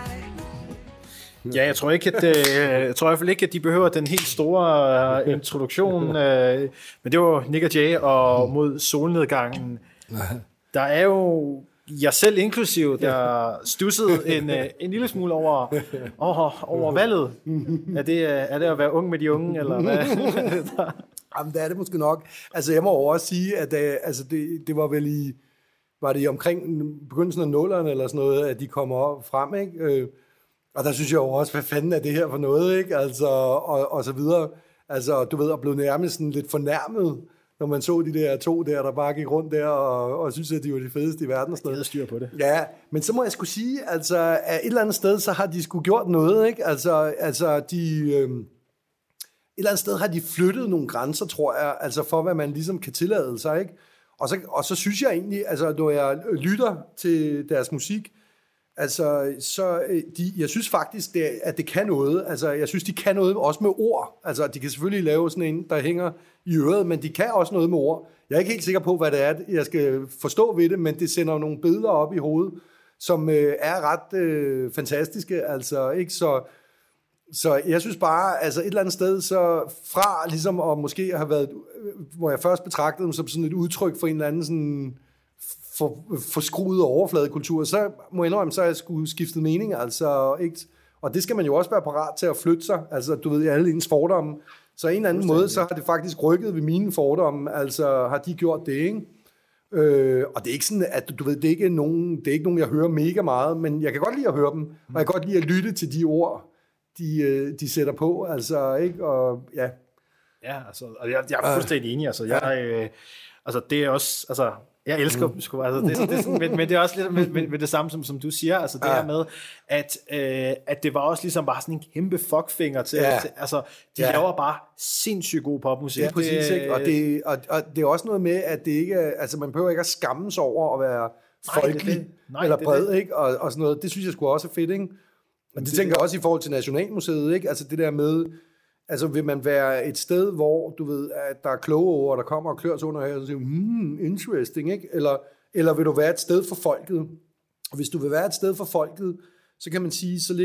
leg. Ja, jeg tror i hvert fald ikke, at de behøver den helt store introduktion, men det var Nick og Jay og Mod solnedgangen. Der er jo jeg selv inklusiv, der stussede en lille smule over valget. Er det at være ung med de unge, eller hvad? Jamen, det er det måske nok. Altså, jeg må også sige, at det var vel var det omkring begyndelsen af 0'erne eller sådan noget, at de kommer frem, ikke? Og der synes jeg jo også, hvad fanden er det her for noget, ikke? Altså, og så videre. Altså, du ved, at blive nærmest sådan lidt fornærmet, når man så de der to der bare gik rundt der og synes, at de var de fedeste i verden og sådan noget. Jeg styr på det. Ja, men så må jeg sgu sige, altså, at et eller andet sted, så har de sgu gjort noget, ikke? Altså de... et eller andet sted har de flyttet nogle grænser, tror jeg, altså for, hvad man ligesom kan tillade sig, ikke? Og så synes jeg egentlig, altså, når jeg lytter til deres musik, altså, jeg synes faktisk, at det kan noget. Altså, jeg synes, de kan noget også med ord. Altså, de kan selvfølgelig lave sådan en, der hænger i øret, men de kan også noget med ord. Jeg er ikke helt sikker på, hvad det er, jeg skal forstå ved det, men det sender nogle billeder op i hovedet, som er ret fantastiske. Altså, ikke? Så jeg synes bare, altså et eller andet sted, så fra ligesom at måske have været, hvor jeg først betragtede dem som sådan et udtryk for en eller anden sådan forskruet overfladekultur, så må jeg indrømme, så jeg skulle skifte mening, altså, ikke? Og det skal man jo også være parat til at flytte sig, altså du ved, alle ens fordomme, så en eller anden måde, så har det faktisk rykket ved mine fordomme, altså har de gjort det, ikke? Og det er ikke sådan, at du ved, det er ikke nogen, jeg hører mega meget, men jeg kan godt lide at høre dem, og jeg kan godt lide at lytte til de ord, de sætter på, altså, ikke? Og ja. Ja, altså, og jeg er fuldstændig enig, altså, altså, det er også, altså, jeg elsker dem sgu, altså, det er sådan, men det er også lidt med det samme, som du siger, altså det her med, at det var også ligesom bare sådan en kæmpe fuckfinger til, altså, de laver bare sindssygt god popmusik. Ja, præcis, ikke? Og det er også noget med, at det ikke er, altså man behøver ikke at skamme sig over at være folkelig eller bred, ikke? Og sådan noget, det synes jeg sgu også er fedt, ikke? Og det tænker jeg også i forhold til Nationalmuseet, ikke? Altså det der med, Altså vil man være et sted, hvor du ved, at der er kloge over, der kommer og klør sig under her, og siger, interesting, ikke? Eller vil du være et sted for folket? Og hvis du vil være et sted for folket, så kan man sige, så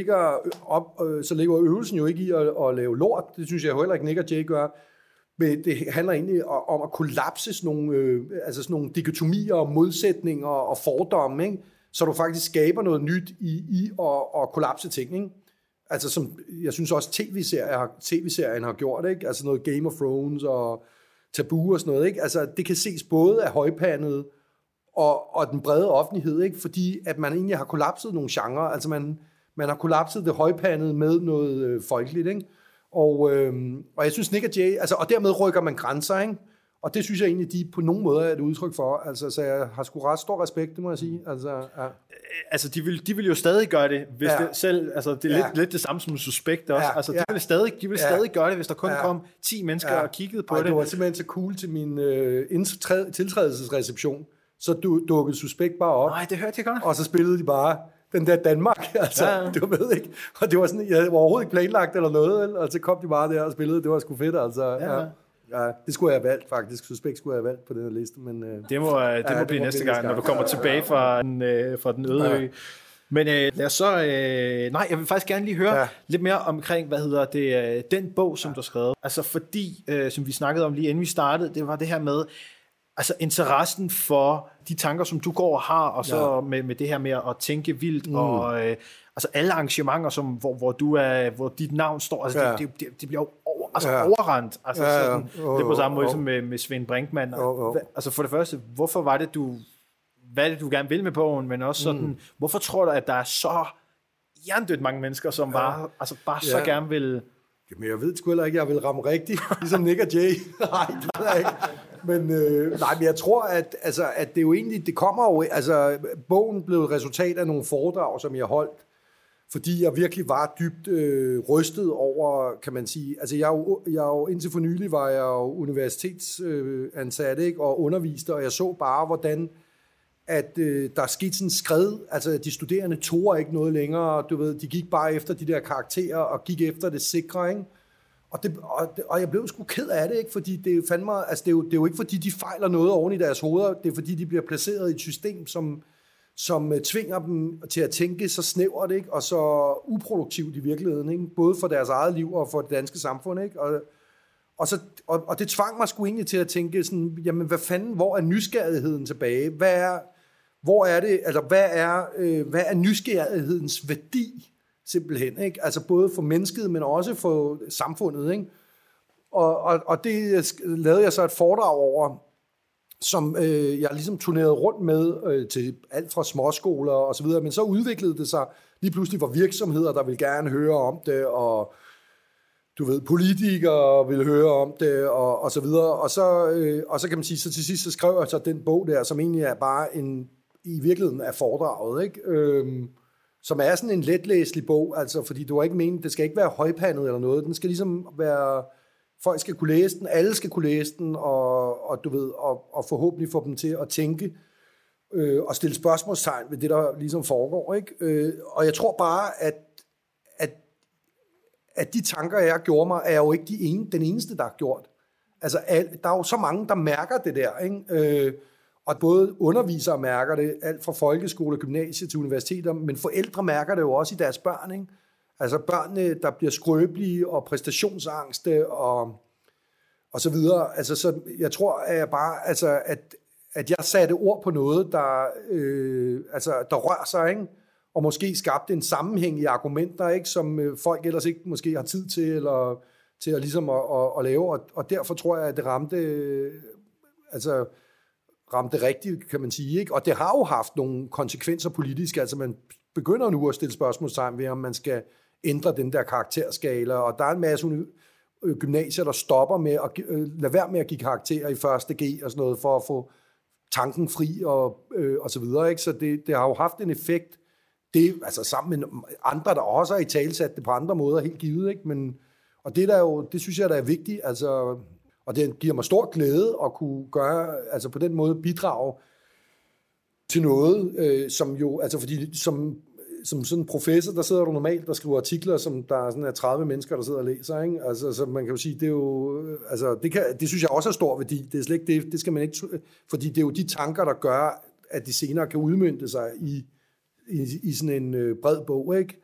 ligger øvelsen jo ikke i at lave lort. Det synes jeg heller ikke Nick og Jay gør. Men det handler egentlig om at kollapse sådan nogle dikotomier og modsætninger og fordomme, ikke? Så du faktisk skaber noget nyt i at kollapse ting, ikke? Altså som jeg synes også tv-serien har gjort, ikke? Altså noget Game of Thrones og Tabu og sådan noget, ikke? Altså det kan ses både af højpandet og den brede offentlighed, ikke? Fordi at man egentlig har kollapset nogle genrer, altså man har kollapset det højpandede med noget folkeligt, ikke? Og jeg synes Nick og Jay, altså, og dermed rykker man grænser, ikke? Og det synes jeg egentlig, de på nogen måde er et udtryk for. Altså, så jeg har sgu ret stor respekt, det må jeg sige. Altså, ja. Altså de vil jo stadig gøre det, hvis det selv, altså det er lidt det samme som Suspekt også. Altså de vil stadig gøre det, hvis der kun kom 10 mennesker og kiggede på det. Det var simpelthen så cool til min tiltrædelsesreception. Så dukkede Suspekt bare op. Nej, det hørte jeg godt. Og så spillede de bare den der Danmark, altså, det var med, ikke? Og det var sådan, jeg var overhovedet ikke planlagt eller noget, og så kom de bare der og spillede, det var sgu fedt, altså. Ja, det skulle jeg have valgt, faktisk. Suspekt skulle jeg have valgt på den her liste, men... Det må blive næste gang, når du kommer tilbage fra den øde ø. Men lad os så... jeg vil faktisk gerne lige høre lidt mere omkring, den bog, som du har skrevet. Altså fordi, som vi snakkede om lige inden vi startede, det var det her med, altså interessen for de tanker, som du går og har, og så med det her med at tænke vildt, og altså alle arrangementer, hvor dit navn står, altså det bliver jo overrendt. Altså sådan, det er på samme måde som med Svend Brinkmann. Altså for det første, hvorfor var det, hvad er det, du gerne vil med bogen, men også sådan, hvorfor tror du, at der er så jerndødt mange mennesker, som bare så gerne vil... Jamen, jeg ved sgu heller ikke, jeg vil ramme rigtigt, ligesom Nick og Jay. Nej, det ved jeg ikke. Men jeg tror, at det jo egentlig, det kommer jo, altså bogen blev et resultat af nogle foredrag, som jeg holdt, fordi jeg virkelig var dybt rystet over, kan man sige, altså jeg indtil for nylig var jeg jo universitetsansat, ikke, og underviste, og jeg så bare, hvordan at der skete sådan en skred, altså de studerende tog ikke noget længere, du ved, de gik bare efter de der karakterer, og gik efter det sikre, ikke? Og jeg blev sgu ked af det, ikke? Fordi det er fandme, altså det er jo ikke fordi, de fejler noget oven i deres hoveder, det er fordi, de bliver placeret i et system, som tvinger dem til at tænke så snævert, ikke? Og så uproduktivt i virkeligheden, ikke? Både for deres eget liv og for det danske samfund, ikke? Og det tvang mig sgu egentlig til at tænke sådan, jamen hvad fanden, hvor er nysgerrigheden tilbage? Hvad er nysgerrighedens værdi simpelthen, ikke? Altså både for mennesket, men også for samfundet, ikke? Og det lavede jeg så et foredrag over, som jeg ligesom turnerede rundt med til alt fra småskoler og så videre, men så udviklede det sig lige pludselig for virksomheder, der ville gerne høre om det, og du ved, politikere ville høre om det, og så videre, og så kan man sige, så til sidst så skrev jeg så den bog der, som egentlig er bare i virkeligheden er foredraget, ikke? Som er sådan en letlæselig bog, altså, fordi du har ikke meningen, det skal ikke være højpandet eller noget, den skal ligesom være, folk skal kunne læse den, alle skal kunne læse den, og du ved, og forhåbentlig få dem til at tænke, og stille spørgsmålstegn ved det, der ligesom foregår, ikke? Og jeg tror bare, at de tanker, jeg gjorde mig, er jo ikke den eneste, der har gjort. Altså, der er jo så mange, der mærker det der, ikke? Og både undervisere mærker det, alt fra folkeskole, gymnasie til universiteter, men forældre mærker det jo også i deres børn, ikke? Altså børnene, der bliver skrøbelige og præstationsangste og så videre. Altså, så jeg tror, at jeg bare, altså, at jeg satte ord på noget, der rører sig, ikke? Og måske skabte en sammenhæng i argumenter, ikke, som folk ellers ikke måske har tid til, eller til at ligesom at lave, og derfor tror jeg, at det ramte rigtigt, kan man sige, ikke? Og det har jo haft nogle konsekvenser politisk, altså man begynder nu at stille spørgsmålstegn ved, om man skal ændre den der karakterskala, og der er en masse gymnasier, der stopper med at lade være med at give karakterer i 1. G og sådan noget, for at få tanken fri og så videre, ikke? Så det har jo haft en effekt, det altså sammen med andre, der også har italesat det på andre måder, helt givet, ikke? Men, og det der jo, det synes jeg, der er vigtigt, altså, og det giver mig stor glæde at kunne gøre, altså på den måde bidrage til noget, som jo, altså fordi, som som sådan en professor, der sidder du normalt, der skriver artikler, som der er sådan 30 mennesker, der sidder og læser, ikke? Altså, så man kan jo sige, det er jo, altså, det synes jeg også er stor værdi. Det er slet ikke det skal man ikke, fordi det er jo de tanker, der gør, at de senere kan udmønte sig i sådan en bred bog, ikke?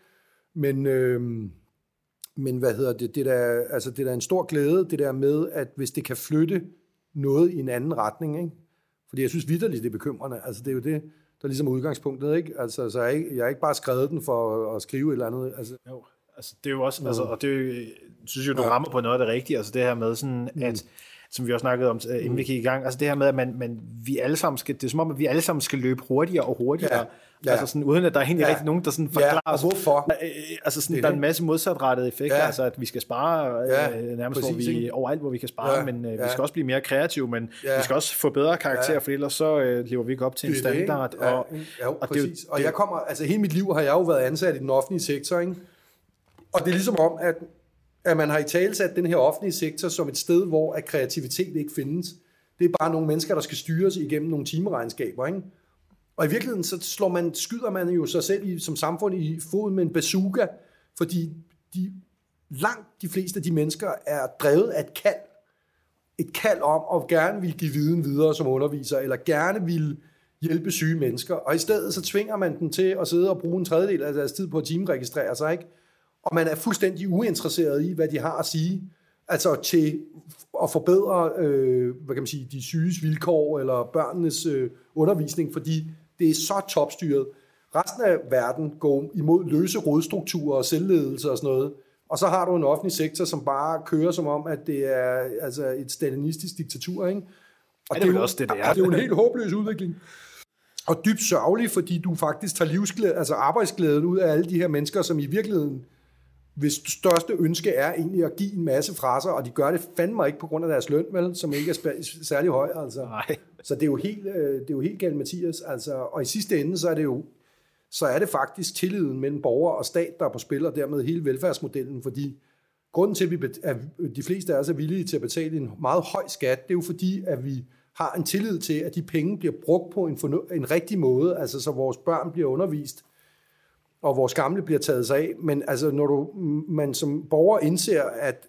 Men hvad hedder det? Det er en stor glæde, det der med, at hvis det kan flytte noget i en anden retning, ikke? Fordi jeg synes vitterligt, det er bekymrende. Altså, det er jo det, der ligesom er udgangspunktet, ikke? Altså, så jeg har ikke bare skrevet den for at skrive et eller andet. Altså. Jo, altså, det er jo også, altså, og det synes jeg, du rammer på noget af det rigtige, altså det her med sådan, at, som vi også snakkede om, inden vi gik i gang, altså det her med, at vi alle sammen skal, det er som om, at vi alle sammen skal løbe hurtigere og hurtigere, altså sådan, uden at der er egentlig rigtig nogen, der sådan forklarer og hvorfor? Altså sådan, der er en masse modsatrettede effekter, altså at vi skal spare nærmest præcis, overalt, hvor vi kan spare, men vi skal også blive mere kreative, men vi skal også få bedre karakterer, for ellers så lever vi ikke op til en standard. Og præcis. Og jeg kommer, altså hele mit liv har jeg jo været ansat i den offentlige sektor, ikke? Og det er ligesom om, at man har italesat den her offentlige sektor som et sted, hvor at kreativitet ikke findes. Det er bare nogle mennesker, der skal styres igennem nogle timeregnskaber, ikke? Og i virkeligheden så skyder man jo sig selv som samfund i foden med en bazooka, fordi langt de fleste af de mennesker er drevet af et kald. Et kald om at gerne vil give viden videre som underviser, eller gerne vil hjælpe syge mennesker. Og i stedet så tvinger man dem til at sidde og bruge en tredjedel af deres tid på at timeregistrere sig, ikke? Og man er fuldstændig uinteresseret i, hvad de har at sige, altså til at forbedre, hvad kan man sige, de syges vilkår eller børnenes undervisning, fordi det er så topstyret. Resten af verden går imod løse rådstrukturer og selvledelse og sådan noget, og så har du en offentlig sektor, som bare kører som om, at det er altså et stalinistisk diktatur, ikke? Og det er jo også det, det er. Det er jo en helt håbløs udvikling. Og dybt sørgelig, fordi du faktisk tager altså arbejdsglæden ud af alle de her mennesker, som i virkeligheden, hvis største ønske er egentlig at give en masse fra sig, og de gør det fandme ikke på grund af deres løn, vel, som ikke er særlig høj, altså. Nej. Så det er jo helt galt, Mathias, altså. Og i sidste ende, så er det faktisk tilliden mellem borger og stat, der er på spil, og dermed hele velfærdsmodellen, fordi grunden til, at de fleste af os er villige til at betale en meget høj skat, det er jo fordi, at vi har en tillid til, at de penge bliver brugt på en rigtig måde, altså så vores børn bliver undervist, og vores gamle bliver taget sig af. Men altså, når man som borger indser, at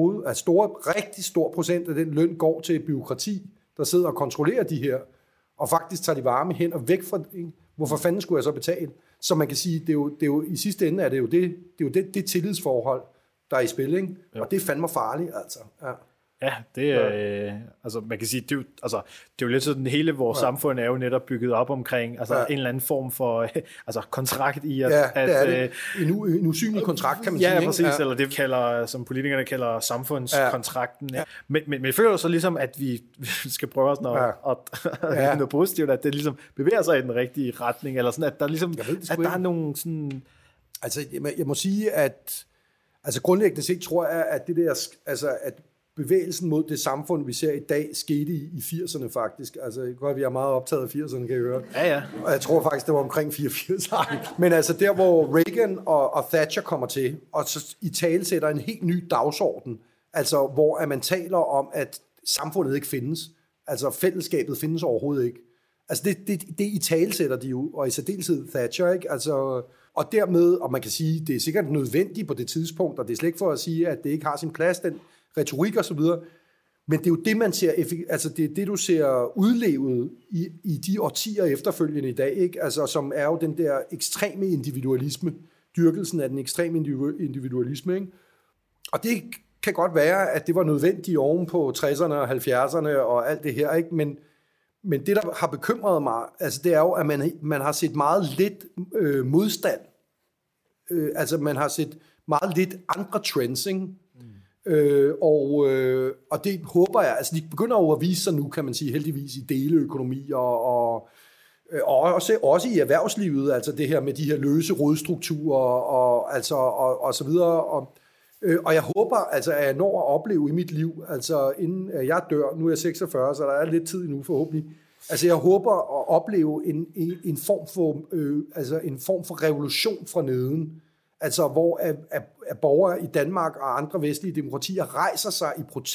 rigtig stor procent af den løn går til byråkrati, der sidder og kontrollerer de her, og faktisk tager de varme hænder væk fra det, hvorfor fanden skulle jeg så betale? Så man kan sige, det er jo i sidste ende, det er jo det tillidsforhold, der er i spil, ikke? Og det er fandme farligt, altså. Ja. Ja, det er, altså man kan sige, det er jo lidt sådan, hele vores samfund er jo netop bygget op omkring, altså en eller anden form for altså kontrakt i at... Ja, det er det. En usynlig kontrakt, kan man sige. Ja, præcis, eller det kalder, som politikerne kalder samfundskontrakten. Ja. Men jeg føler jo så ligesom, at vi skal prøve sådan at noget positivt, at det ligesom bevæger sig i den rigtige retning, eller sådan, at der ligesom, at der er nogle sådan... Altså, jeg må sige, at altså grundlæggende set tror jeg, at det der, altså at bevægelsen mod det samfund, vi ser i dag, skete i 80'erne faktisk. Altså, godt, vi er meget optaget af 80'erne, kan jeg høre. Ja. Og jeg tror faktisk, det var omkring 84. Men altså der, hvor Reagan og Thatcher kommer til, og så i tale sætter en helt ny dagsorden, altså hvor man taler om, at samfundet ikke findes. Altså fællesskabet findes overhovedet ikke. Altså det i tale sætter de jo, og i særdeleshed Thatcher, ikke? Altså, og dermed, og man kan sige, det er sikkert nødvendigt på det tidspunkt, og det er slet ikke for at sige, at det ikke har sin plads, den retorik og så videre, men det er jo det, man ser, altså det er det, du ser udlevet i de årtier efterfølgende i dag, ikke? Altså, som er jo den der ekstreme individualisme, dyrkelsen af den ekstreme individualisme, ikke? Og det kan godt være, at det var nødvendigt oven på 60'erne og 70'erne og alt det her, ikke? Men det, der har bekymret mig, altså det er jo, at man har set meget lidt modstand. Altså man har set meget lidt andre trends, ikke? Og det håber jeg, altså de begynder jo at vise sig nu, kan man sige, heldigvis i deleøkonomi og også i erhvervslivet, altså det her med de her løse rådstrukturer og så videre, og jeg håber, altså at jeg når at opleve i mit liv, altså inden jeg dør, nu er jeg 46, så der er lidt tid endnu forhåbentlig, altså jeg håber at opleve en form for revolution fra neden, altså hvor at borgere i Danmark og andre vestlige demokratier rejser sig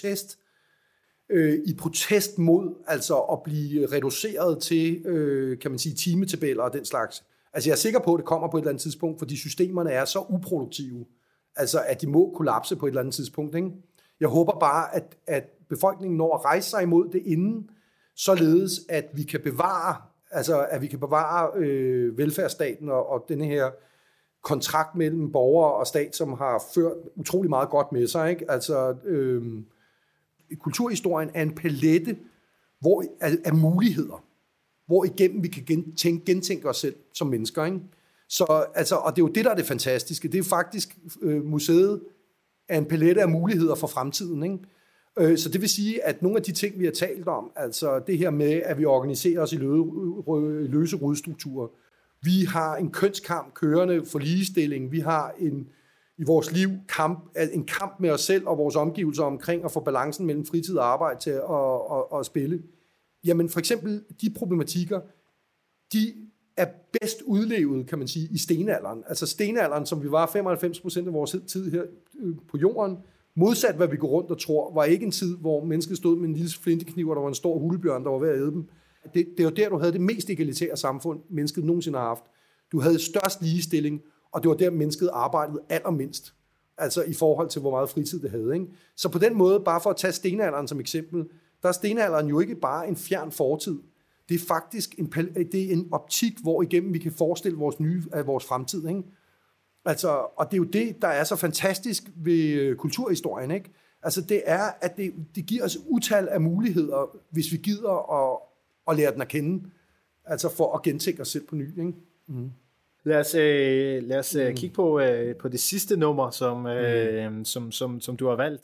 i protest mod altså at blive reduceret til, kan man sige, timetabeller og den slags. Altså jeg er sikker på, at det kommer på et eller andet tidspunkt, fordi systemerne er så uproduktive, altså at de må kollapse på et eller andet tidspunkt. Ikke? Jeg håber bare, at befolkningen når at rejse sig imod det inden, således at vi kan bevare, velfærdsstaten og denne her kontrakt mellem borgere og stat, som har ført utrolig meget godt med sig. Ikke? Altså, kulturhistorien er en palette af muligheder, hvor igennem vi kan gentænke os selv som mennesker. Ikke? Så, altså, og det er jo det, der er det fantastiske. Det er faktisk, museet er en palette af muligheder for fremtiden. Ikke? Så det vil sige, at nogle af de ting, vi har talt om, altså det her med, at vi organiserer os i løse rodstrukturer, vi har en kønskamp kørende for ligestilling, vi har i vores liv en kamp med os selv og vores omgivelser omkring at få balancen mellem fritid og arbejde til at spille. Jamen for eksempel de problematikker, de er bedst udlevet, kan man sige, i stenalderen. Altså stenalderen, som vi var 95% af vores tid her på jorden, modsat hvad vi går rundt og tror, var ikke en tid, hvor mennesket stod med en lille flintekniv, og der var en stor hulebjørn, der var ved at æde dem. Det var der, du havde det mest egalitære samfund, mennesket nogensinde har haft. Du havde størst ligestilling, og det var der, mennesket arbejdede allermindst. Altså i forhold til, hvor meget fritid det havde. Ikke? Så på den måde, bare for at tage stenalderen som eksempel, der er stenalderen jo ikke bare en fjern fortid. Det er faktisk en optik, hvor igennem vi kan forestille vores fremtid. Ikke? Altså, og det er jo det, der er så fantastisk ved kulturhistorien. Ikke? Altså det er, at det giver os utal af muligheder, hvis vi gider at lære den at kende. Altså for at gentænke os selv på ny. Ikke? Mm. Lad os kigge på det sidste nummer, som du har valgt.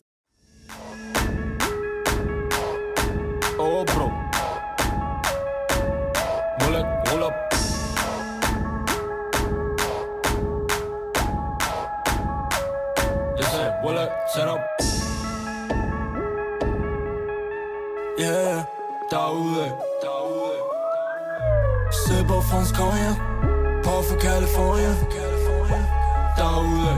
Bro. Roll up. Jeg sagde, roll up, set up. Yeah, derude. Sipper fransk cognac, på for California. Derude.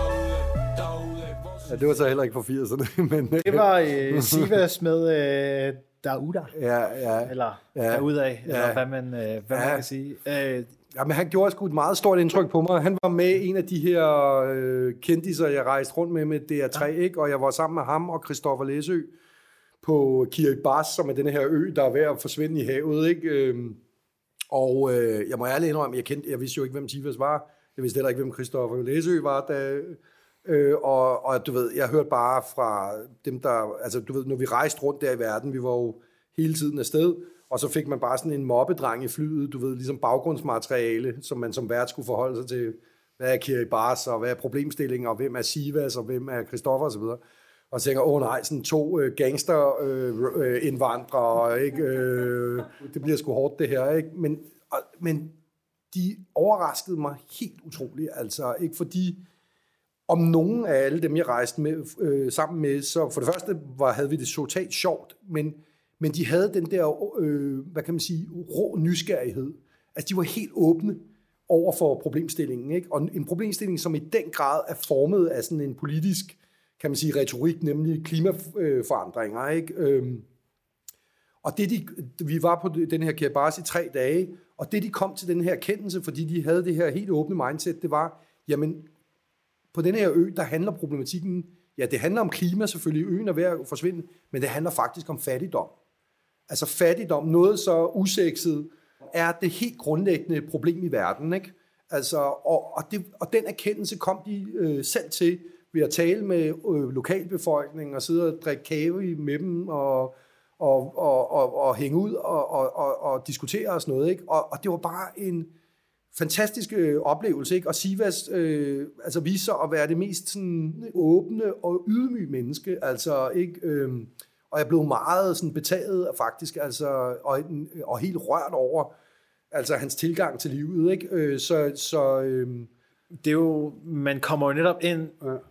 Ja, det var så heller ikke for 80'erne, men... Det var Sivas med Dauda. Ja. Eller Deruda, eller hvad man kan sige. Jamen, han gjorde sgu et meget stort indtryk på mig. Han var med en af de her kendiser, jeg rejste rundt med DR3, ikke? Og jeg var sammen med ham og Christoffer Læsø på Kiribati, som er den her ø, der er ved at forsvinde i havet, ikke? Og jeg må ærligt indrømme, jeg vidste jo ikke, hvem Sivas var. Jeg vidste heller ikke, hvem Christoffer Læsø var, og du ved, jeg hørte bare fra dem, der... Altså, du ved, når vi rejste rundt der i verden, vi var jo hele tiden afsted, og så fik man bare sådan en mobbedreng i flyet, du ved, ligesom baggrundsmateriale, som man som vært skulle forholde sig til. Hvad er Kiribati, og hvad er problemstillingen, og hvem er Sivas, og hvem er Christoffer, og så videre. Og så tænker, nej, sådan 2 gangster-indvandrere, ikke? Det bliver sgu hårdt, det her, ikke? Men de overraskede mig helt utroligt, altså, ikke fordi... Om nogen af alle dem, jeg rejste med, sammen med, så for det første havde vi det totalt sjovt, men de havde den der, hvad kan man sige, rå nysgerrighed. Altså, de var helt åbne over for problemstillingen, ikke? Og en problemstilling, som i den grad er formet af sådan en politisk, kan man sige, retorik, nemlig klimaforandringer, ikke? Og vi var på den her Kiribati i 3 dage, og det de kom til den her erkendelse, fordi de havde det her helt åbne mindset, det var, jamen, på den her ø, der handler problematikken, ja, det handler om klima selvfølgelig, øen er ved at forsvinde, men det handler faktisk om fattigdom. Altså fattigdom, noget så usekset, er det helt grundlæggende problem i verden, ikke? Altså, og den erkendelse kom de selv til ved at tale med lokalbefolkningen og sidde og drikke kaffe med dem og hænge ud og diskutere og sådan noget, ikke? Og det var bare en fantastisk oplevelse, ikke? Og Sivas altså viste sig at være det mest sådan åbne og ydmyge menneske, altså ikke, og jeg blev meget sådan betaget faktisk, altså og helt rørt over altså hans tilgang til livet, ikke? Så det er jo, man kommer jo netop ind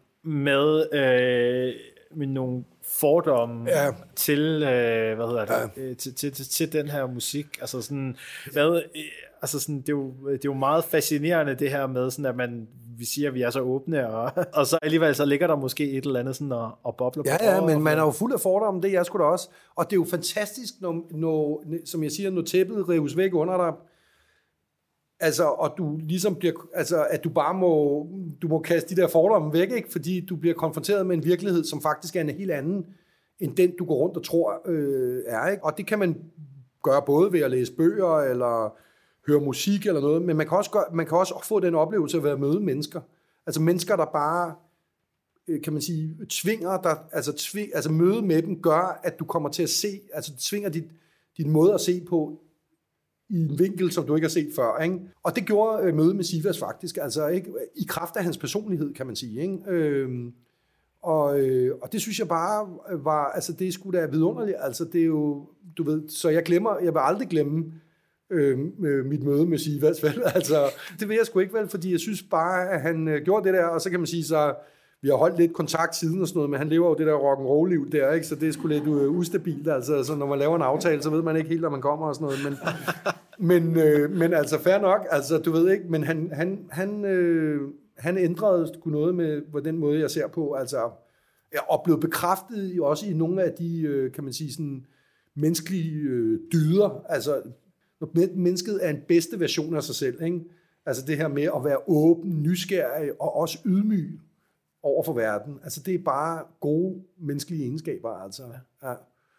med nogle fordomme til til den her musik, altså sådan altså sådan, det er jo meget fascinerende det her med sådan, at vi siger, at vi er så åbne, og så alligevel så ligger der måske et eller andet sådan og bobler på. Ja, men man er jo fuld af fordomme, det er jeg sgu da også. Og det er jo fantastisk, når som jeg siger, når tæppet rives væk under dig, Altså, og du ligesom bliver, altså, at du bare må kaste de der fordomme væk, ikke? Fordi du bliver konfronteret med en virkelighed, som faktisk er en helt anden, end den, du går rundt og tror er, ikke? Og det kan man gøre både ved at læse bøger, eller høre musik, eller noget, men man kan også få den oplevelse af at møde mennesker. Altså mennesker, der bare, kan man sige, tvinger dig, altså møde med dem, gør, at du kommer til at se, altså tvinger din måde at se på, i en vinkel, som du ikke har set før, ikke? Og det gjorde mødet med Sivas faktisk, altså ikke i kraft af hans personlighed, kan man sige, ikke? Og det synes jeg bare var, altså det er sgu da vidunderligt, altså det er jo, du ved, så jeg vil aldrig glemme mit møde med Sivas, vel? Altså det vil jeg sgu ikke, vel, fordi jeg synes bare, at han gjorde det der, og så kan man sige så, vi har holdt lidt kontakt siden og sådan noget, men han lever jo det der rock'n'roll-liv der, ikke? Så det er sgu lidt ustabilt, altså så når man laver en aftale, så ved man ikke helt, når man kommer og sådan noget, men altså fair nok, altså du ved ikke, men han ændrede sgu noget med på den måde, jeg ser på, altså, og blev bekræftet også i nogle af de, kan man sige, sådan menneskelige dyder, altså når mennesket er en bedste version af sig selv, ikke? Altså det her med at være åben, nysgerrig og også ydmyg over for verden. Altså det er bare gode menneskelige egenskaber, altså. Ja.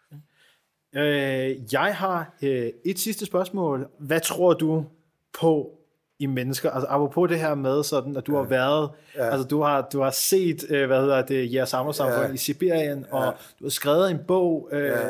Jeg har et sidste spørgsmål. Hvad tror du på i mennesker? Altså apropos det her med sådan, at du har været, altså du har set, jeres samfundssamfund i Sibirien, og du har skrevet en bog,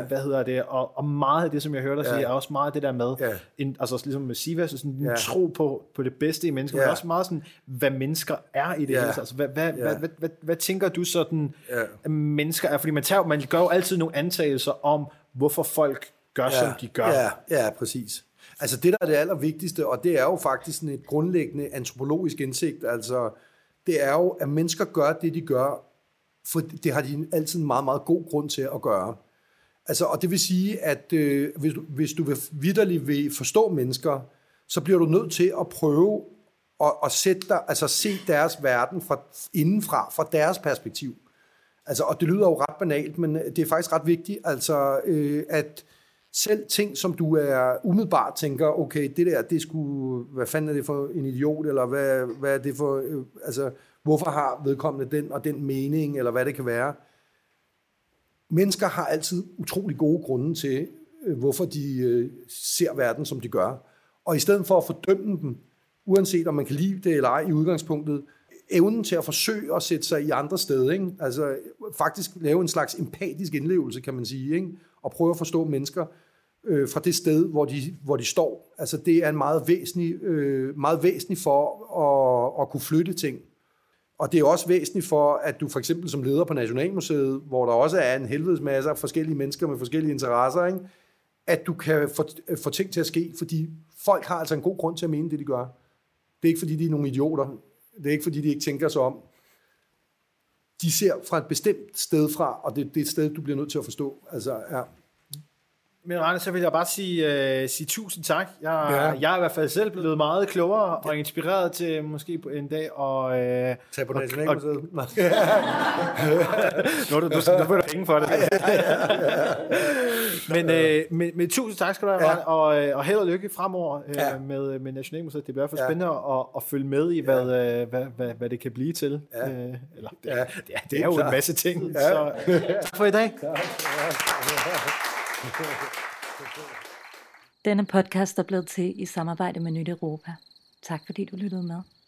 og meget af det, som jeg hørte dig sige, er også meget af det der med, altså ligesom med Sivas, sådan en tro på det bedste i mennesker, men også meget sådan, hvad mennesker er i det hele. Altså hvad tænker du sådan, at mennesker er? Fordi man gør jo altid nogle antagelser om, hvorfor folk gør, som de gør. Ja, præcis. Altså det, der er det allervigtigste, og det er jo faktisk sådan et grundlæggende antropologisk indsigt, altså det er jo, at mennesker gør det, de gør, for det har de altid en meget, meget god grund til at gøre. Altså, og det vil sige, at hvis du vitterligt vil forstå mennesker, så bliver du nødt til at prøve at sætte dig, altså se deres verden indenfra, fra deres perspektiv. Altså, og det lyder jo ret banalt, men det er faktisk ret vigtigt, altså at selv ting, som du er umiddelbart tænker, okay, det der, det skulle, hvad fanden er det for en idiot, eller hvad er det for, altså, hvorfor har vedkommende den og den mening, eller hvad det kan være. Mennesker har altid utrolig gode grunde til, hvorfor de ser verden, som de gør. Og i stedet for at fordømme dem, uanset om man kan lide det eller ej i udgangspunktet, evnen til at forsøge at sætte sig i andre steder, ikke? Altså faktisk lave en slags empatisk indlevelse, kan man sige, ikke? Og prøve at forstå mennesker fra det sted, hvor de står. Altså det er en meget væsentlig for at kunne flytte ting. Og det er også væsentligt for, at du for eksempel som leder på Nationalmuseet, hvor der også er en helvedes masse af forskellige mennesker med forskellige interesser, ikke? At du kan få ting til at ske, fordi folk har altså en god grund til at mene det, de gør. Det er ikke, fordi de er nogle idioter. Det er ikke, fordi de ikke tænker sig om. De ser fra et bestemt sted fra, og det er et sted, du bliver nødt til at forstå. Altså, ja. Men Rane, så vil jeg bare sige tusind tak. Jeg er i hvert fald selv blevet meget klogere og inspireret til måske en dag at tage på Nationalmuseet. Nu får du penge for det. Men tusind tak skal du have, og held og lykke fremover med Nationalmuseet. Det bliver i hvert fald spændende at følge med i, hvad det kan blive til. Det er jo en masse ting. Så tak for i dag. Denne podcast er blevet til i samarbejde med Nyt Europa. Tak fordi du lyttede med.